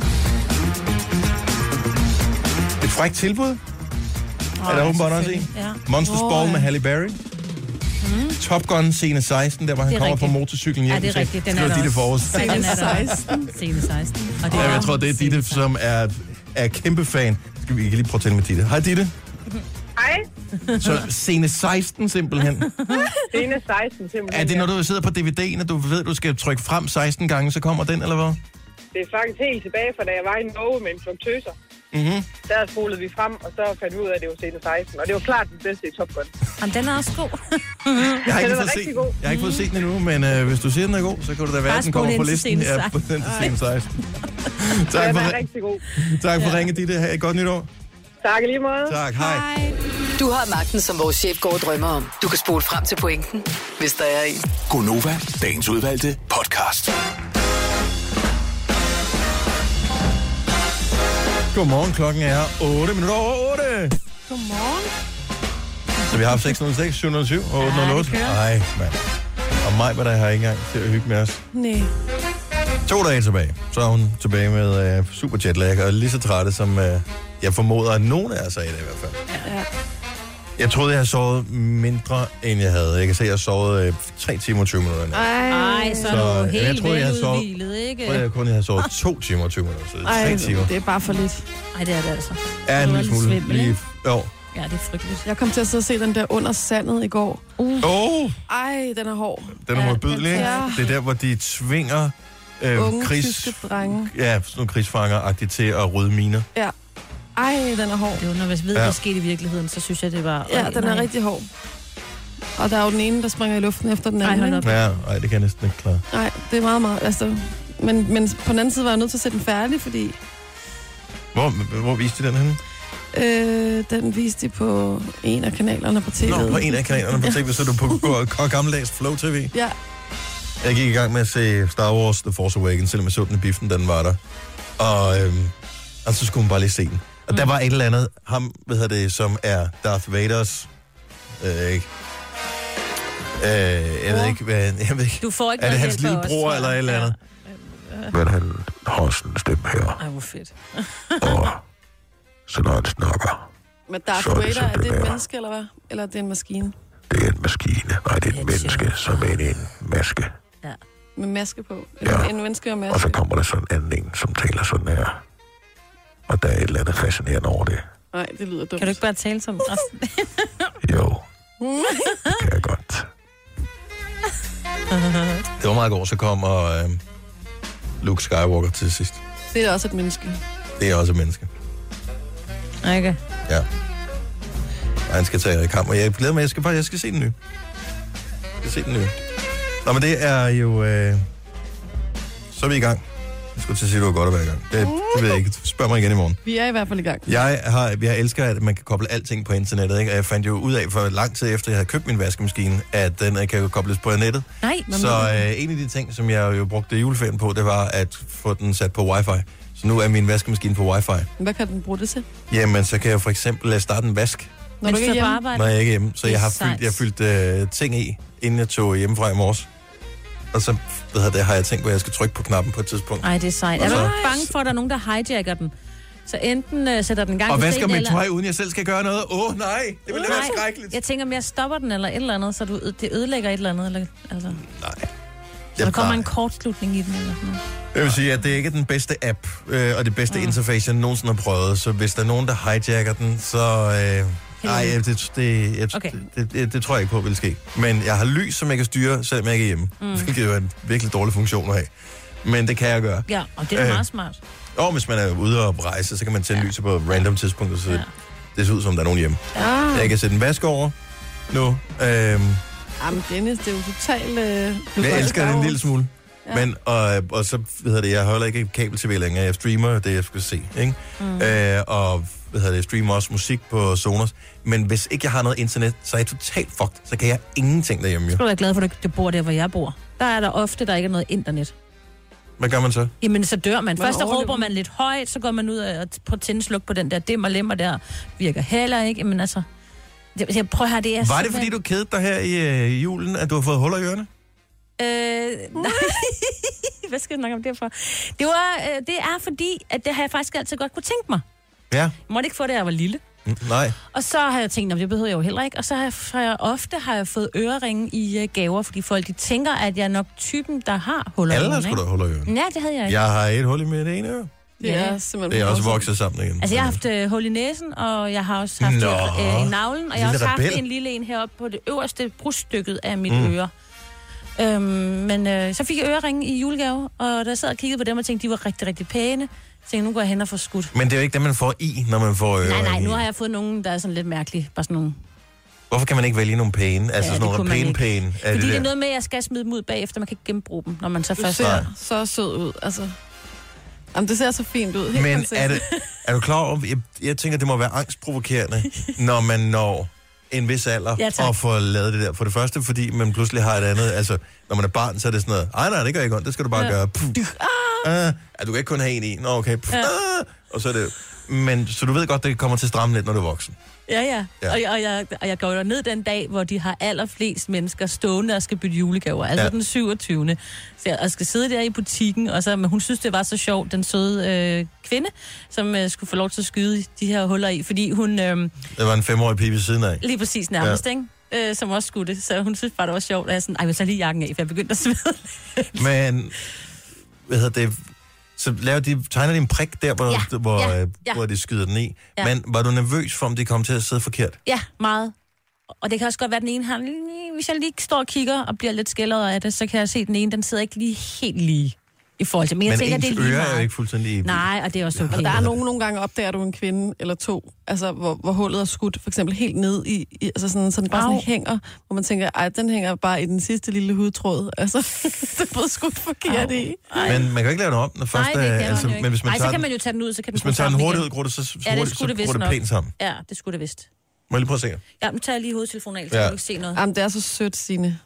Et frækt tilbud. Oh, er der åbenbart også en? Ja. Monsters oh, Ball ja. med Halle Berry. Mm. Top Gun scene seksten, der hvor han kommer rigtigt. på motorcyklen hjem. Ja, det er rigtigt. Den er der Ditte også. Scene seksten. Scene seksten. Og det ja, er jeg tror, det er Ditte, som er, er kæmpe fan. Skal vi ikke lige prøve at tale med Ditte? Hej, Ditte. Hej. Så scene seksten simpelthen. Scene seksten simpelthen. Er det, når du sidder på D V D'en, og du ved, at du skal trykke frem seksten gange, så kommer den, eller hvad? Det er faktisk helt tilbage fra, da jeg var i Norge med instruktøser. Mm-hmm. Der spolede vi frem, og så fandt vi ud af, at det var scene seksten. Og det var klart den bedste i Top Gun. Jamen, den er også god. Jeg har ikke, den fået set, jeg har ikke fået set den endnu, men øh, hvis du siger, den er god, så kan det da være, at den kommer på listen. Ja, på den til scene seksten. Tak den for, er rigtig god. Tak for ja. ringe, Ditte. Ha' et godt nytår. Tak lige måde. Tak, hej. hej. Du har magten, som vores chef går og drømmer om. Du kan spole frem til pointen, hvis der er en. Gonova, dagens udvalgte podcast. Godmorgen, klokken er otte minutter over otte. Godmorgen. Så vi har haft seks nul seks, syv nul syv og otte nul otte. Nej, mand. Og mig, hvad der har ikke engang til at hygge med os. Nej. To dage tilbage. Så er hun tilbage med uh, super jetlag, og lige så trætte, som uh, jeg formoder, at nogen af os er i det i hvert fald. Ja. Jeg troede, jeg havde sovet mindre, end jeg havde. Jeg kan se, at jeg har sovet uh, tre timer og tyve minutter. Ej, så er du helt veludhvilet, ikke? Jeg troede, jeg kun havde sovet to timer og tyve minutter, så Ej, tre timer. det er bare for lidt. Ej, det er det altså. Ja, en lille smule. Lige, jo. Ja, det er frygteligt. Jeg kom til at sidde og se den der Under Sandet i går. Uh. Oh. Ej, den er hård. Den er ja, modbydelig, ikke? Ja. Det er der, hvor de tvinger øh, unge krigs... tyske drenge. Ja, sådan nogle krigsfanger-agtigt til at rydde miner. Ja. Ej, den er hård. Det er jo, når vi ved, ja. hvad der skete i virkeligheden, så synes jeg, det var... Ja, den er nej. rigtig hård. Og der er jo den ene, der springer i luften efter den anden. Nej, ja, ej, det kan jeg næsten ikke klare. Nej, det er meget, meget... Altså, men, men på den anden side var jeg nødt til at sætte den færdig, fordi... Hvor, hvor viste de den henne? Øh, den viste de på en af kanalerne på T V. Nå, på en af kanalerne på T V, så er du på, på, på gammeldags Flow T V? Ja. Jeg gik i gang med at se Star Wars The Force Awakens, selvom jeg så den i biffen, den var der. Og, øhm, og så skulle man bare lige se den. Og mm. der var et eller andet, ham, hvad hedder det, som er Darth Vaders, øh, ikke? Øh, jeg ved ikke, hvad... Jeg ved ikke. Du får ikke er det noget hans hjælp af lille bror os, eller et eller andet? Ja. Men han har sådan en stemme her, Ej, hvor fedt. og så når han snakker, Men Darth Så er det, Vader, som er det det et er. menneske, eller hvad? Eller er det en maskine? det er en maskine. Nej, det er en menneske, som er inde i en maske. Ja. Med maske på? Eller Ja. en menneske og Og maske? så kommer der sådan en anden en, som taler sådan her. Og der er et eller andet fascinerende over det. Nej, det lyder dumt. Kan du ikke bare tale som resten? Jo, det kan jeg godt. Det var meget godt, så kommer øh, Luke Skywalker til sidst. Det er også et menneske. Det er også et menneske. Okay. Ja. Og han skal tage i kamp, og jeg glæder mig, jeg skal, faktisk, jeg skal se den nye. Jeg skal se den nye. Nå, men det er jo... Øh, så er vi i gang. Jeg skulle til at sige, at det var godt at være i gang. Det, det ved jeg ikke. Spørg mig igen i morgen. Vi er i hvert fald i gang. Jeg, har, jeg elsker, at man kan koble alting på internettet, ikke? Og jeg fandt jo ud af for lang tid efter, jeg havde købt min vaskemaskine, at den kan jo kobles på nettet. Nej, Så øh, en af de ting, som jeg jo brugte juleferien på, det var at få den sat på wifi. Så nu er min vaskemaskine på wifi. Hvad kan den bruge det til? Jamen, så kan jeg for eksempel starte en vask, Når du ikke er hjemme? når jeg ikke er hjemme. Så Det er jeg har sejt. fyldt, jeg har fyldt øh, ting i, inden jeg tog hjemmefra i morges. Og så ved jeg, det har jeg tænkt på, at jeg skal trykke på knappen på et tidspunkt. Ej, det er sejt. Er Og du så- ikke bange for, at der er nogen, der hijacker den? Så enten uh, sætter den i gang Og på vasker sten, mit eller... tøj, uden jeg selv skal gøre noget. Åh, oh, nej, det ville da være skrækkeligt. Jeg tænker, om jeg stopper den eller et eller andet, så du, det ødelægger et eller andet. Eller, altså. Nej. Så der kommer en kortslutning i den eller sådan noget. Jeg vil sige, at det ikke er den bedste app, øh, og det bedste Mm. interface, jeg nogensinde har prøvet. Så hvis der er nogen, der hijacker den, så... Øh, nej, det, det, jeg, Okay. det, det, det tror jeg ikke på, vil ske. Men jeg har lys, som jeg kan styre, selvom jeg ikke er hjemme. Mm. Mm. Hvilket jo er en virkelig dårlig funktion at have. Men det kan jeg gøre. Ja, og det er da Øh, meget smart. Og hvis man er ude og rejse, så kan man tænde ja. lyset på random tidspunkter, så ja. det ser ud som, der er nogen hjemme. Ja. Jeg kan sætte en vask over nu. Øhm, Jamen, Dennis, det er jo totalt... Øh, jeg elsker det en lille smule. Ja. Ja. Men, og, og så, hvad hedder det, jeg holder ikke kabel-T V længere. Jeg streamer det, jeg skal se, ikke? Mm. Øh, og, hvad hedder det, jeg streamer også musik på Sonos. Men hvis ikke jeg har noget internet, så er jeg totalt fucked. Så kan jeg ingenting derhjemme, Så jo. skal du være glad for, at du bor der, hvor jeg bor. Der er der ofte, der ikke er noget internet. Hvad gør man så? Jamen, så dør man. Man Først der overlever. råber man lidt højt, så går man ud og på tændsluk på den der dimmer lemmer der. Virker heller ikke. Jamen altså, jeg, jeg prøver her, det er Var det, fordi du kedede dig her i øh, julen, at du har fået huller i ørerne? Øh, nej. Hvad skal jeg snakke om det for? Det, var, øh, det er fordi, at det har jeg faktisk altid godt kunne tænke mig. Ja. Jeg måtte ikke få det, da jeg var lille. Mm, nej. Og så har jeg tænkt, at det behøver jeg jo heller ikke. Og så har jeg, har jeg ofte har jeg fået øreringe i uh, gaver, fordi folk de tænker, at jeg er nok typen, der har huller i Alle har ørerne, sgu ikke? da huller i ørerne. Ja, det havde jeg ikke. Jeg har et hul i mit ene øre. Det er simpelthen... Det er også vokset sammen igen. Altså, jeg har haft øh, hul i næsen, og jeg har også haft Nå. øh, i navlen, og jeg har Lille også haft rebel. en lille en heroppe på det øverste bryststykket af mit Mm. mm. øre. Øhm, men øh, så fik jeg øreringe i julegave, og da jeg sad og kiggede på dem og tænkte, de var rigtig, rigtig pæne. Så tænkte, nu går jeg hen og får skudt. Men det er jo ikke det, man får i, når man får øre. Nej, nej, nu har jeg fået nogen, der er sådan lidt mærkelige. Bare sådan nogle... Hvorfor kan man ikke vælge nogle pæne? Altså Ja, sådan det nogle kunne man pæne ikke. pæne? Er Fordi det, der? er noget med, at jeg skal smide dem ud bagefter, man kan ikke genbruge dem, når man så Du først... ser så sød ud, altså. Jamen, det ser så fint ud. Helt Men prinsesse. er, det, er du klar over, jeg, jeg tænker, det må være angstprovokerende, når man når en vis alder Ja, tak. og får lavet det der. For det første, fordi man pludselig har et andet, altså når man er barn, så er det sådan noget, ej nej, det gør ikke ondt, det skal du bare Ja. gøre. Puh. Ah, ja, du kan ikke kun have en i. Nå, okay. Puh, Ja. ah, og så er det men så du ved godt, det kommer til at stramme lidt, når du er voksen. Ja, ja. Ja. Og, jeg, og, jeg, og jeg går jo ned den dag, hvor de har allerflest mennesker stående og skal bytte julegaver. Altså Ja. den syvogtyvende Så jeg og skal sidde der i butikken, og så, men hun synes, det var så sjovt, den søde øh, kvinde, som øh, skulle få lov til at skyde de her huller i. Fordi hun... Øh, Det var en femårig pige ved siden af. lige præcis nærmest, Ja. ikke? Øh, som også skulle det. Så hun synes bare, det var sjovt. Og jeg er sådan, ej, jeg tager lige jakken af, for jeg begyndte at svede. Men, hvad hedder det, så laver de, tegner de en prik der, hvor, Ja, hvor, ja, øh, ja. hvor de skyder den i. Ja. Men var du nervøs for, om de kom til at sidde forkert? Ja, meget. Og det kan også godt være, at den ene har... lige- Hvis jeg lige står og kigger og bliver lidt skældret af det, så kan jeg se, at den ene, den sidder ikke lige helt lige i forhold til... Men, jeg Men tænker, ens det er lige øre meget. er jo ikke fuldstændig... Nej, og det er også okay. Og der er nogen, nogle gange opdager du en kvinde eller to, altså hvor, hvor hullet er skudt, for eksempel helt ned i, i altså sådan, så den bare sådan Au. hænger, hvor man tænker, ej, den hænger bare i den sidste lille hudtråd. Altså, det er blevet skudt forkert i. Men man kan jo ikke lave det om, når først Nej, det er- kan altså, man jo ikke. men hvis man Ej, tager så kan den, man jo tage den ud, så kan den hvis man gå tager den sammen hurtigt igen. ud, gror det så, så, Ja, det hurtigt, skulle det så vist gror det nok. pænt sammen. Ja, det skulle det vist. Må jeg lige prøve at se? Ja, nu tager jeg lige hovedtelefonen af, så Ja. ja. du ikke se noget. Jamen, det er så sødt, Signe.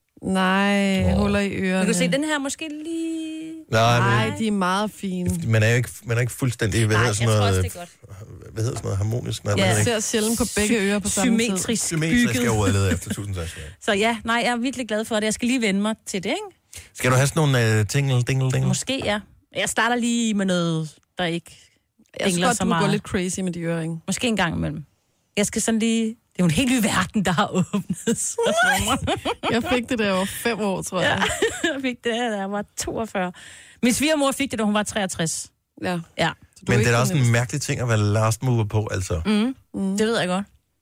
Nej, Åh. huller i ørerne. Du kan se, den her måske lige... Nej, Nej, men de er meget fine. man er jo ikke, man er ikke fuldstændig... Hvad Nej, hedder jeg sådan tror noget, også, det er godt. hvad hedder sådan noget, harmonisk? Nej, Ja, jeg jeg ser sjældent på begge ører på samme tid. Symmetrisk Symmetrisk bygget. er ordet, jeg leder efter. Tusind tak. Så ja, nej, jeg er virkelig glad for det. Jeg skal lige vende mig til det, ikke? Skal du have sådan nogle uh, tingle, dingle, dingle? Måske, ja. Jeg starter lige med noget, der ikke Jeg synes dingler godt, så du meget. går lidt crazy med de øring. Måske en gang imellem. Jeg skal sådan lige... Det er jo en helt ny verden, der har åbnet sig for mig. Jeg fik det, da jeg var fem år, tror jeg. Ja, jeg fik det, da jeg var toogfyrre. Min svigermor fik det, da hun var treogtres. Ja. Ja. Men det er da også en mærkelig ting at være last mover på, altså. Mm. Mm. Det ved jeg godt.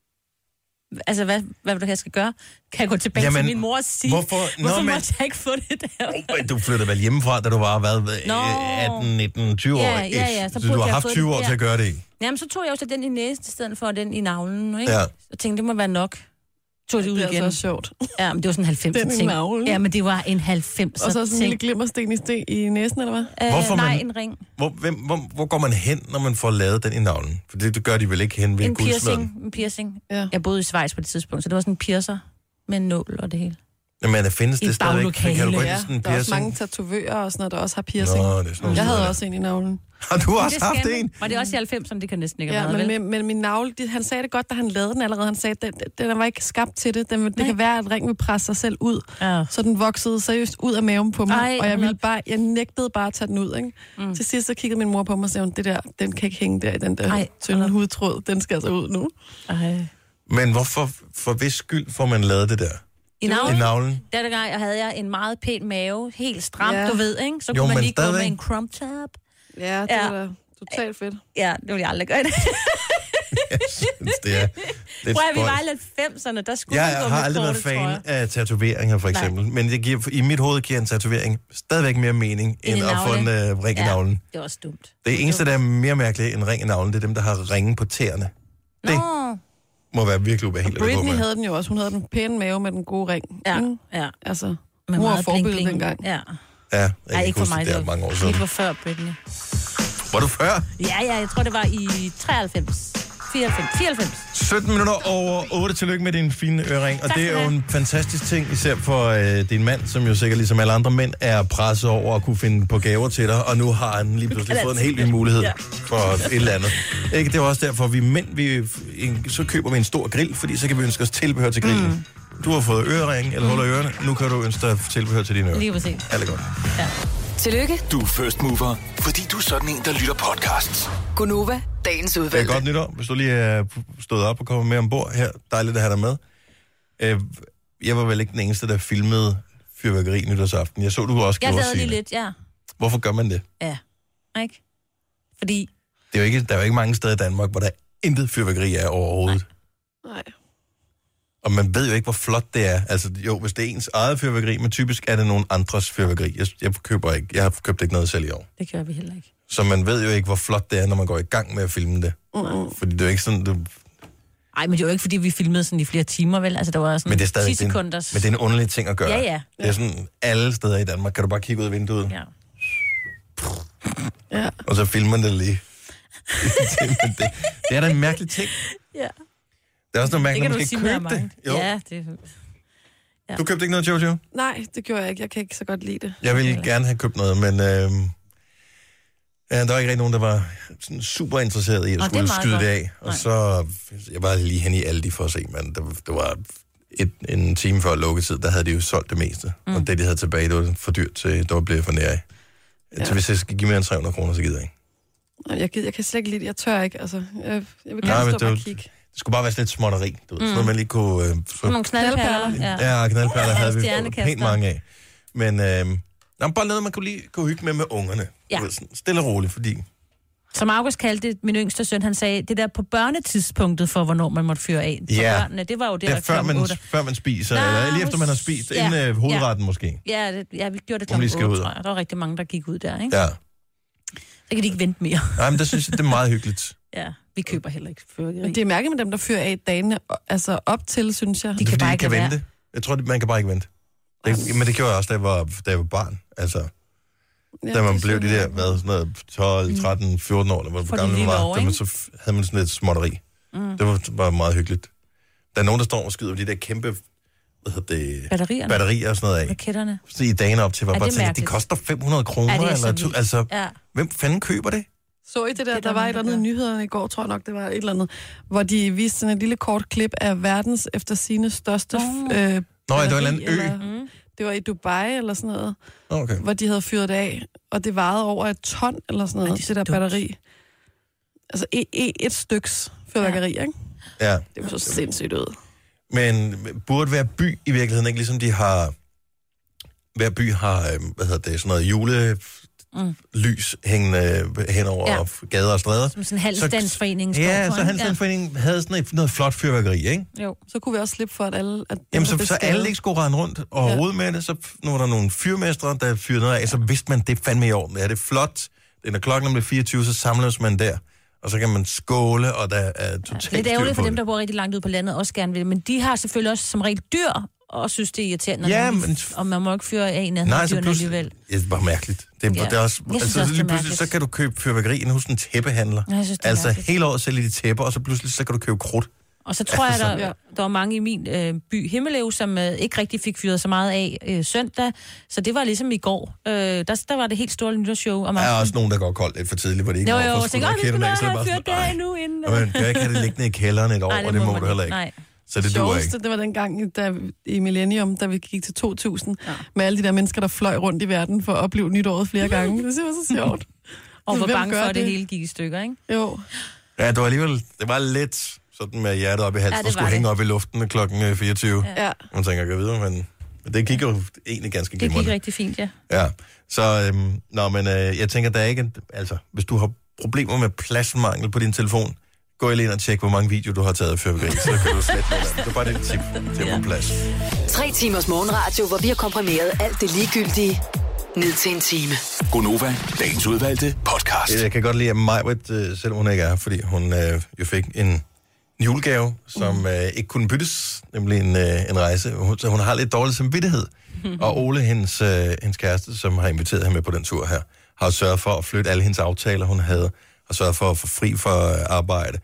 Altså, hvad, hvad vil du have, jeg skal gøre? Kan jeg gå tilbage Jamen, til min mor og sige, hvorfor, hvorfor Nå, men, måtte jeg ikke få det der? oh, du flyttede vel hjemmefra, da du var hvad, atten, nitten, tyve år? Ja, ja, ja, så så du burde har jeg haft have tyve fået år det, til at gøre det i. Jamen, så tog jeg jo så den i næsen, i stedet for den i navlen, ikke? Ja. Jeg tænkte, det må være nok. Tog det ud Det er igen. så sjovt. Ja, men det var sådan en halvfems Den i ting. navlen. Ja, men det var en halvfems Og så sådan en ting. lille glimmersten i, sten i næsen, eller hvad? Øh, Hvorfor nej, man- en ring. Hvor, hvem, hvor, hvor går man hen, når man får lavet den i navlen? For det, det gør de vel ikke hen ved En guldsmeden? piercing. En piercing. Ja. Jeg boede i Schweiz på det tidspunkt, så det var sådan en piercer med en nål og det hele. Jamen, der findes I det stadigvæk. baglokale. Kan du godt Ja, lide sådan en der er også piercing? mange tatovører og sådan noget, der også har piercing. Nå, det er sådan nogle Jeg havde steder. også en i navlen. Har du også Det haft skal man. en? Var det også i halvfemserne? Det kan næsten ikke Ja, have været, men, vel? men, men min navle, de, han sagde det godt, da han lavede den allerede. Han sagde, at den, den var ikke skabt til det. Den, det kan være, at ringen vil presse sig selv ud. Ja. Så den voksede seriøst ud af maven på mig. Ej, og jeg, hold ville op. bare, jeg nægtede bare at tage den ud. Ikke? Mm. Til sidst så kiggede min mor på mig og sagde, det der, den kan ikke hænge der i den der Ej, tynde hudtråd. Den skal altså ud nu. Ej. Men hvorfor, for hvis skyld får man lavet det der? I navlen? I navlen? Der gang havde jeg en meget pæn mave, helt stram, Ja. du ved, ikke? Så Jo, kunne man men lige gå stadigvæk. med en crump top. Ja, det Ja. var da totalt fedt. Ja, det ville jeg aldrig gøre det. Jeg synes, det er lidt Prøv at vi var spøjst. i halvfemserne, der skulle man Jeg gå har med aldrig været korte trøjer. fan af tatoveringer, for eksempel. Men det giver, i mit hoved giver en tatovering stadigvæk mere mening, end en at få en navle. uh, ring i Ja. navlen. Det er også dumt. Det eneste, der er mere mærkeligt end ring i navlen, det er dem, der har ringe på tæerne. Det Nå. må være virkelig ubehageligt at gå Britney med. havde den jo også. Hun havde den pæne mave med den gode ring. Ja, ikke? ja. Altså, Med hun var meget forbillede bling, bling. dengang. Ja. Ja, jeg Ej, kan ikke for huske, mig. det er Det mange år var, siden. det var før Britney. Var du før? Ja, ja, jeg tror, det var i treoghalvfems. fireoghalvfems. fireoghalvfems. sytten minutter over otte. Tillykke med din fine ørering. Og Tak det er skal jo du en fantastisk ting, især for øh, din mand, som jo sikkert ligesom alle andre mænd er presset over at kunne finde på gaver til dig. Og nu har han lige pludselig fået en helt ny mulighed Ja. for et eller andet. Ikke? Det er også derfor, vi mænd, vi, en, så køber vi en stor grill, fordi så kan vi ønske os tilbehør til grillen. Mm. Du har fået ørering eller huller i ørerne. Nu kan du ønske dig tilbehør til dine ører. Lige præcis. Alt er godt. Ja. Tillykke, Du er first mover, fordi du er sådan en, der lytter podcasts. Gunova, dagens Det er udvalgte. godt nytår, hvis du lige er stået op og kommet med ombord her. Dejligt at have dig med. Øh, Jeg var vel ikke den eneste, der filmede fyrværkeri nytårsaften. Jeg så, du også Jeg gjorde, lavede lige Signe. lidt, ja. Hvorfor gør man det? Ja. Ikke? Fordi... Det er jo ikke, der er jo ikke mange steder i Danmark, hvor der intet fyrværkeri er overhovedet. Nej. Og man ved jo ikke, hvor flot det er. Altså jo, hvis det er ens eget fyrværkeri, men typisk er det nogen andres fyrværkeri. Jeg, jeg køber ikke. Jeg har købt ikke noget selv i år. Det gør vi heller ikke. Så man ved jo ikke, hvor flot det er, når man går i gang med at filme det. Mm-hmm. Fordi det er jo ikke sådan, du... Ej, men det var jo ikke, fordi vi filmede sådan i flere timer, vel? Altså, der var sådan Men det er stadig ti en, sekunders... men det er en underlig ting at gøre. Ja, ja. Det er sådan alle steder i Danmark. Kan du bare kigge ud af vinduet? Ja. Ja. Og så filmer man det lige. det, det, det er da en mærkelig ting. Ja. Det er også noget mærkeligt, Det når kan man du skal sige købe med det. mig. Ja, det... Ja. Du købte ikke noget, Jojo? Nej, det gjorde jeg ikke. Jeg kan ikke så godt lide det. Jeg ville gerne have købt noget, men øh, ja, der var ikke rigtig nogen, der var sådan super interesseret i at Nå, det er skulle meget skyde godt. det af. Og Nej. så, jeg var lige hen i Aldi for at se, men det, det var et, en time før lukketid, der havde de jo solgt det meste. Mm. Og det, de havde tilbage, det var for dyrt til, det var blevet for nær af. Ja. Så hvis jeg skal give mere end tre hundrede kroner, så gider jeg ikke. Nej, Jeg, gider- jeg kan slet ikke lide det. Jeg tør ikke. Altså, jeg, jeg vil Nej, gerne men stå det og var- kigge. Det skulle bare være sådan lidt småtteri, du ved. Mm. Sådan noget, man lige kunne... Øh, så, Nogle knaldperler. Ja. ja, knaldperler havde vi Stjernekaster. pænt mange af. Men øh, nå, bare noget, man kunne lige kunne hygge med med ungerne. Ja. Du ved, sådan stille og roligt, fordi... Som August kaldte det, min yngste søn, han sagde, det der på børnetidspunktet for, hvornår man måtte fyre af for Ja. børnene, det var jo der Ja, før man, otte. før man spiser, Nå, eller lige efter man har spist, ja, inden øh, hovedretten måske. Ja, det, ja, vi gjorde det Hvor man lige klokken skal otte, ud. tror jeg. Der var rigtig mange, der gik ud der, ikke? Ja. Så kan de ikke vente mere. Nej, men der synes jeg, det er meget hyggeligt. Ja, vi køber heller ikke fyrværkeri. Men det er mærkeligt med dem, der fyrer af dagene altså op til, synes jeg. De Det er kan fordi, bare de ikke kan lade vente. Jeg tror, man kan bare ikke vente. Det, men det gjorde jeg også, da jeg var, da jeg var barn. Altså, Ja, da man det blev de synes der, jeg. hvad, sådan noget tolv, tretten, fjorten år, eller hvor Får de gammel man lige var, lov, da man, ikke? så f- havde man sådan et småtteri. Mm. Det var bare meget hyggeligt. Der er nogen, der står og skyder de der kæmpe, hvad hedder det, Batterierne. batterier og sådan noget af. Raketterne. Så i dagene op til, var Er bare det tænkt, de mærkeligt? koster fem hundrede kroner, Ja, det er så eller to, vildt. altså, Ja. hvem fanden køber det? Så I det der, Det er der der var nogen, et eller der andet i gør. nyhederne i går, tror jeg nok, det var et eller andet, hvor de viste sådan et lille kort klip af verdens efter sine største... Oh. Øh, Nå, ja, det var en eller anden ø. eller, mm. Det var i Dubai eller sådan noget, Okay. hvor de havde fyret det af, og det vejede over et ton eller sådan noget, Ej, det, det er det der batteri. Altså et, et, et styks fyrværkeri, ja. Ikke? Ja. Det var så sindssygt ud. Men burde hver by i virkeligheden ikke, ligesom de har... Hver by har, øh, hvad hedder det, sådan noget julelys mm. hængende hen over Ja. gader og stræder. Som sådan en handelsstandsforening. står Ja, for, så ikke? handelsstandsforeningen havde sådan et, noget flot fyrværkeri, ikke? Jo. Så kunne vi også slippe for, at alle... At Jamen, så, blev så skadet. alle ikke skulle rende rundt og Ja. rode med det, så nu var der nogle fyrmestre, der fyrede noget af, så vidste man, det er fandme i orden. Ja, det er flot. Det er, når klokken bliver fireogtyve, så samles man der, og så kan man skåle, og der er totalt Det er styr ærgerligt på for dem, det. der bor rigtig langt ude på landet, også gerne vil. Men de har selvfølgelig også som regel dyr, og synes, det er irriterende. Ja, når de- men- Og man må ikke fyre af en af Nej, så dyrene pludselig... alligevel. Ja, det er bare mærkeligt. Det er, Ja. det er også, Jeg synes altså, også, det lige er pludselig, mærkeligt. så kan du købe fyrværkeri inde hos en tæppehandler. Ja, jeg synes, det er altså, mærkeligt. hele året sælger de tæpper, og så pludselig, så kan du købe krudt. Og så tror jeg, Altså, der, der var mange i min øh, by Himmelev, som øh, ikke rigtig fik fyret så meget af øh, søndag. Så det var ligesom i går. Øh, der, der var det helt store nytårsshow. Om Der er aftenen. også nogen, der går koldt lidt for tidligt, hvor de ikke Jo, når jo, for og at tænker, skulle åh, vi skulle raketterne af, så er nok det have bare fyret sådan, det nu inden. "Ej, man kan ikke have det liggende i kælderen et år, Nej, det og det må må man du heller ikke. ikke. Nej. Så det duer Sjoveste, ikke. det var dengang da, i Millennium, da vi gik til to tusind, ja. med alle de der mennesker, der fløj rundt i verden for at opleve nytåret flere gange. Det var så sjovt. Og hvor Hvem bange gør for, at det det? hele gik i stykker, ikke? Jo. Ja, det var alligevel, det var lidt sådan med hjertet op i halsen, Ja, ja, det og skulle var hænge det. op i luften klokken fireogtyve. Ja. Man tænker, gå videre, men men det gik jo egentlig ganske Det gik glimrende. rigtig fint, ja. Ja, så øhm, nå, men øh, jeg tænker, der er ikke, altså, hvis du har problemer med pladsmangel på din telefon, gå lige ind og tjek, hvor mange videoer du har taget af fyrværkeri, så kan du slette noget af det. Det er bare det tip til at få plads. Tre timers morgenradio, hvor vi har komprimeret alt det ligegyldige ned til en time. Gonova, dagens udvalgte podcast. Jeg kan godt lide, at Majbrit, øh, selvom hun ikke er, fordi hun øh, jo fik en julegave, som mm. øh, ikke kunne byttes, nemlig en, øh, en rejse. Hun, så hun har lidt dårlig samvittighed. Og Ole, hendes, øh, hendes kæreste, som har inviteret hende med på den tur her, har sørget for at flytte alle hendes aftaler, hun havde, og sørget for at få fri for øh, arbejde.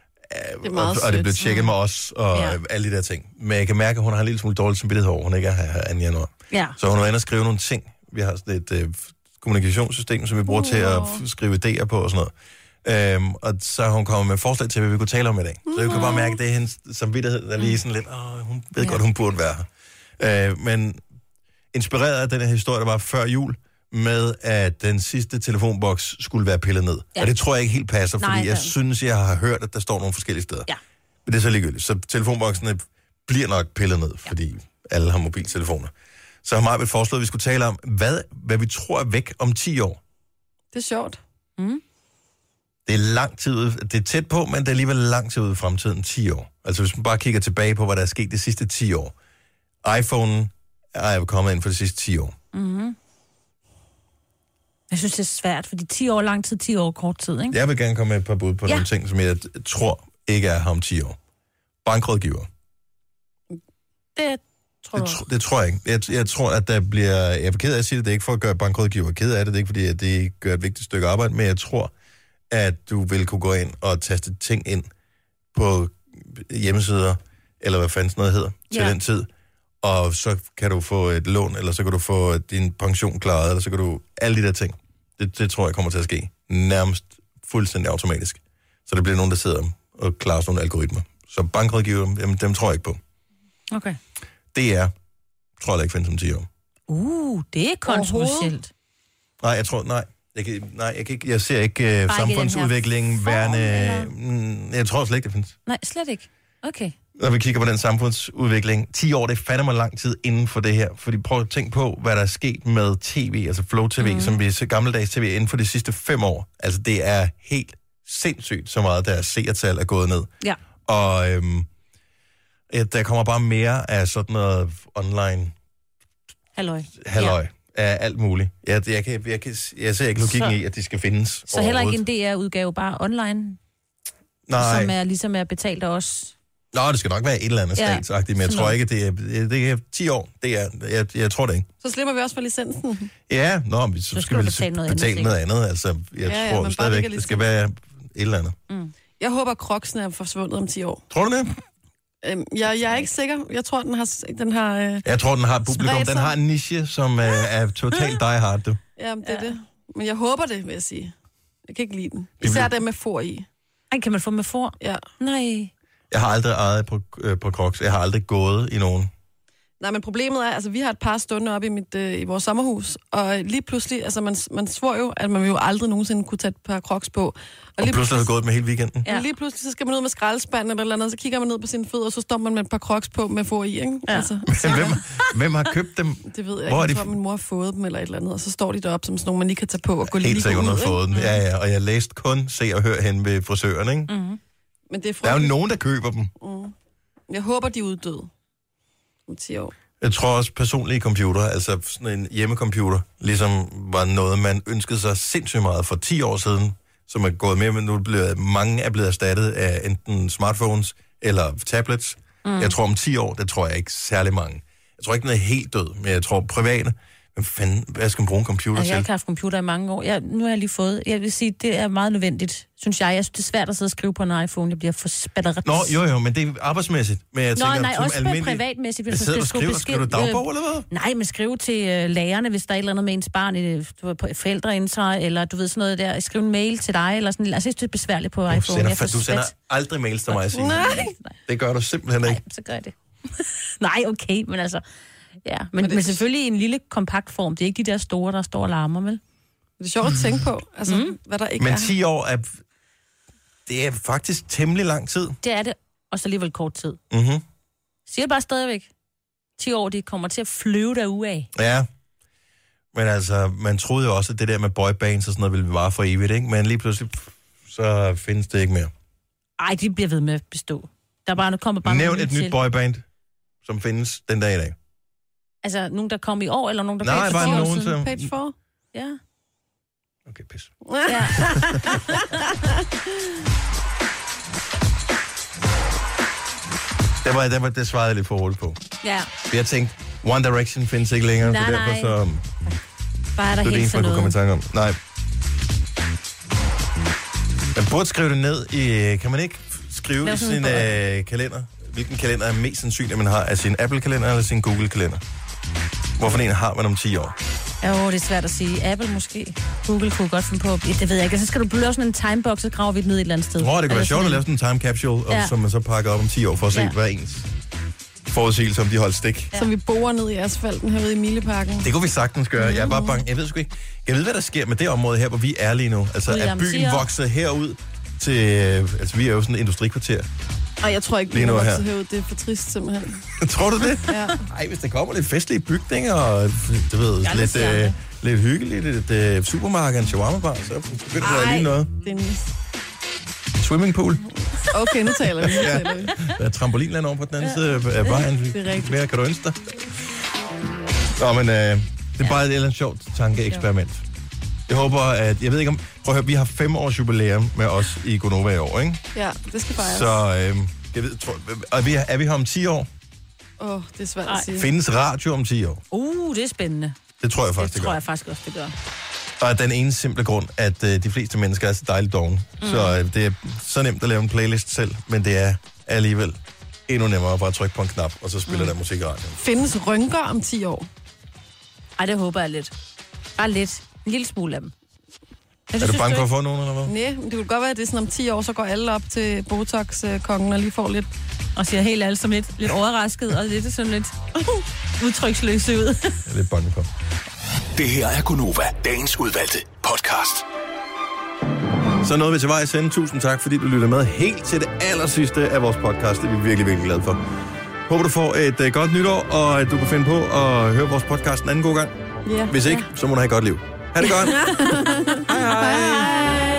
Det er meget og, og det blev sødt. tjekket med os, og Ja. ja. alle de der ting. Men jeg kan mærke, at hun har en lille smule dårlig samvittighed over, hun ikke er her anden januar. Ja. Så hun var inde og skrive nogle ting. Vi har sådan et øh, kommunikationssystem, som vi bruger uh. til at f- skrive idéer på og sådan noget. Øhm, og så har hun kommet med forslag til, hvad vi kunne tale om i dag. Så jeg kan bare mærke, at det er hendes samvittighed, der er lige sådan lidt, åh, hun ved ja. godt, hun burde være her. Øh, men inspireret af den her historie, der var før jul, med at den sidste telefonboks skulle være pillet ned. Ja. Og det tror jeg ikke helt passer, fordi Nej, jeg ja. synes, jeg har hørt, at der står nogle forskellige steder. Ja. Men det er så ligegyldigt. Så telefonboksene bliver nok pillet ned, ja. fordi alle har mobiltelefoner. Så har Majbet foreslået, at vi skulle tale om, hvad, hvad vi tror er væk om ti år. Det er sjovt. Mm. Det er lang tid ude, det er tæt på, men det er alligevel lang tid ude i fremtiden, ti år. Altså hvis man bare kigger tilbage på, hvad der er sket de sidste ti år. iPhone'en er kommet ind for de sidste ti år. Mm-hmm. Jeg synes, det er svært, fordi ti år lang tid, ti år kort tid, ikke? Jeg vil gerne komme med et par bud på Ja. nogle ting, som jeg tror ikke er her om ti år. Bankrådgiver. Det tror Det, jeg. tr- det tror jeg ikke. Jeg, jeg tror, at der bliver... Jeg er ked af at sige det, det er ikke for at gøre bankrådgiver ked af det, det er ikke fordi, at det gør et vigtigt stykke arbejde, men jeg tror, at du vil kunne gå ind og taste ting ind på hjemmesider, eller hvad fanden sådan noget hedder, til Ja. den tid, og så kan du få et lån, eller så kan du få din pension klaret, eller så kan du... Alle de der ting. Det, det tror jeg kommer til at ske. Nærmest fuldstændig automatisk. Så det bliver nogen, der sidder og klarer sådan nogle algoritmer. Så bankrådgiver, jamen, dem tror jeg ikke på. Okay. Det er, tror jeg ikke findes om ti år. Uh, det er kontroversielt. Nej, jeg tror, nej. Jeg, kan, nej, jeg, kan ikke, jeg ser ikke uh, i den samfundsudviklingen her form, værende... Mm, jeg tror slet ikke, det findes. Nej, slet ikke. Okay. Når vi kigger på den samfundsudvikling, ti år, det fatter mig lang tid inden for det her. Fordi prøv at tænke på, hvad der er sket med tv, altså Flow T V, mm. som vi ser gammeldags tv inden for de sidste fem år. Altså, det er helt sindssygt, så meget deres seertal er gået ned. Ja. Og øhm, ja, der kommer bare mere af sådan noget online Halløj. halløj. Af alt muligt. Jeg, jeg, kan, jeg, kan, jeg ser ikke logikken Så- i, at de skal findes. Så heller ikke en D R-udgave, bare online, Nej. som er ligesom er betalt af os. Nå, det skal nok være et eller andet Ja, statsagtigt, men jeg sådan tror noget. ikke, det er, det er ti år. Det er, jeg, jeg tror det ikke. Så slipper vi også for licensen. Ja, nå, men så, skal skal du vi betale noget betale andet, noget andet. Altså, jeg Ja, ja, tror men bare stadigvæk, det ikke er det skal være et eller andet. Mm. Jeg håber, Crocs'en er forsvundet om ti år. Tror du det? Øhm, jeg, jeg er ikke sikker. Jeg tror, den har... Den har øh... Jeg tror, den har et publikum. Spredt Den sig. har en niche, som øh, er totalt die hard, du. Jamen, det er det. Men jeg håber det, vil jeg sige. Jeg kan ikke lide den. Især det med for i. Ej, kan man få med for? Ja. Nej. Jeg har aldrig ejet på, øh, på Crocs. Jeg har aldrig gået i nogen. Nej, men problemet er, altså vi har et par stunder oppe i, mit, øh, i vores sommerhus, og lige pludselig, altså man, man svor jo, at man jo aldrig nogensinde kunne tage et par Crocs på. Og, og lige pludselig har du gået med hele weekenden. Ja. Lige pludselig, så skal man ud med skraldespanden eller noget, så kigger man ned på sine fødder, og så står man med et par Crocs på med for i, ikke? Ja. Altså, men hvem, hvem har købt dem? Det ved jeg Hvor ikke. Jeg tror, min mor har fået dem eller et eller andet, og så står de deroppe som sådan nogle, man lige kan tage på og gå Helt lige sikkert, ud. Helt sikkert, hun har fået dem. Ja, ja, og jeg læste kun Se og Hør hen ved frisøren, ikke? Mm-hmm. Men det er, der er jo nogen, der køber dem. Mm. Jeg håber, de er uddøde om ti år. Jeg tror også personlige computer, altså sådan en hjemmecomputer, ligesom var noget, man ønskede sig sindssygt meget for ti år siden, som er gået med, men nu bliver mange er blevet erstattet af enten smartphones eller tablets. Mm. Jeg tror om ti år, det tror jeg ikke særlig mange. Jeg tror ikke, den er helt død, men jeg tror private. Hvad fanden, hvad skal man bruge en computer altså, til? Jeg har ikke haft computer i mange år. Jeg, nu har jeg lige fået, jeg vil sige, det er meget nødvendigt, synes jeg. Jeg synes, det er svært at sidde og skrive på en iPhone. Jeg bliver for spatteret. Nå, jo jo, men det er arbejdsmæssigt. Men jeg Nå, tænker, nej, som også almindelig... privatmæssigt. Hvis sidder du skriver, skriver du dagbog, eller hvad? Nej, men skrive til øh, lærerne, hvis der er et eller andet med ens barn, øh, på forældreintra, eller du ved sådan noget der. Skrive en mail til dig, eller sådan. Altså, jeg synes, det er besværligt på Du iPhone. sender, Jeg du sender aldrig mails til mig, Signe. Nej. Det gør du simpelthen ikke. Nej, så gør jeg det. Nej, okay, men altså... Ja, men, men, men selvfølgelig i en lille kompakt form. Det er ikke de der store, der står og larmer, vel? Det er sjovt at tænke på, altså, mm. hvad der ikke men er. Men ti år er... Det er faktisk temmelig lang tid. Det er det, og så alligevel kort tid. Mhm. Siger bare stadigvæk. ti år, de kommer til at flyve derude af. Ja. Men altså, man troede jo også, at det der med boybands og sådan noget ville vare for evigt, ikke? Men lige pludselig, så findes det ikke mere. Ej, de bliver ved med at bestå. Der bare, kommer bare Nævn et nyt til. Boyband, som findes den dag i dag. Altså, nogen, der kom i år, eller nogen, der Nej, kom bare for nogen, siden? som... Page fire? Ja. Okay, pis. Ja. det, var, det, var, det svarede jeg lidt for hurtigt på. Ja. Jeg tænkte, One Direction findes ikke længere, nej, så derfor nej. så... Bare er der det er det helt eneste, man sådan kunne komme i noget. tanke om. Nej. Man burde skrive det ned i... Kan man ikke skrive Lav i sådan sin en øh, kalender? Hvilken kalender er mest sandsynligt, man har? Er sin Apple-kalender eller sin Google-kalender? Hvorfor en har man om ti år? Jo, det er svært at sige. Apple måske. Google kunne godt finde på. Det ved jeg ikke. Så skal du lave sådan en timebox, så graver vi det ned et eller andet sted. Åh, det kunne være Eller sjovt at sådan lave sådan en time capsule, Ja. og, som man så pakker op om ti år for at se, Ja. hvad ens forudsigelse, om de holdt stik. Ja. Som vi borer ned i asfalten herude i Mileparken. Det kunne vi sagtens gøre. Jeg er bare bange. Jeg ved sgu ikke. Jeg ved, hvad der sker med det område her, hvor vi er lige nu. Altså, Ude i at Amtier. byen vokser herud til... Altså, vi er jo sådan et industrikvarter. Og jeg tror ikke, Lige vi nu har her. vokset herud. Det er for trist, simpelthen. Tror du det? Ja. Ej, hvis der kommer lidt festlige bygninger, og du ved, Ja, lidt, det øh, lidt hyggeligt, et øh, supermarked, en shawarma-bar, så begynder der lige noget. Dennis. Swimmingpool. Okay, nu taler vi. Nu Ja. taler vi. Der er trampolinland over på den anden side af vejen. det er rigtigt. Mere kan du ønske dig. Nå, men øh, det er bare et eller andet sjovt tankeeksperiment. Jeg håber, at... Jeg ved ikke om... Prøv at høre, vi har fem års jubilæum med os i Gonova i år, ikke? Ja, det skal fejres. Så øh, jeg ved, tror, er, vi, er vi her om ti år? Åh, oh, det er svært at sige. Findes radio om ti år? Uh, det er spændende. Det tror jeg faktisk, Det det, tror gør. jeg faktisk også, det gør. Og af den ene simple grund, at øh, de fleste mennesker er så dejligt dogne. Mm. Så øh, det er så nemt at lave en playlist selv, men det er alligevel endnu nemmere at bare trykke på en knap, og så spiller mm. der musik i radioen. Findes rynker om ti år? Ej, det håber jeg lidt. Bare lidt. En lille smule af dem. Er du bange for at få nogen, eller hvad? Nej, men det kunne godt være, at det er sådan om ti år, så går alle op til Botox-kongen og lige får lidt... Og ser helt alle som lidt, lidt overrasket og lidt sådan lidt udtryksløse ud. Jeg er lidt bange for. Det her er Gonova, dagens udvalgte podcast. Så nåede vi til vej sende. Tusind tak, fordi du lytter med helt til det allersidste af vores podcast. Det er vi virkelig, virkelig glade for. Håber, du får et uh, godt nytår, og at du kan finde på at høre vores podcast en anden god gang. Ja. Hvis ikke, så må du have et godt liv. Ha' det godt. Hej hej. Hej.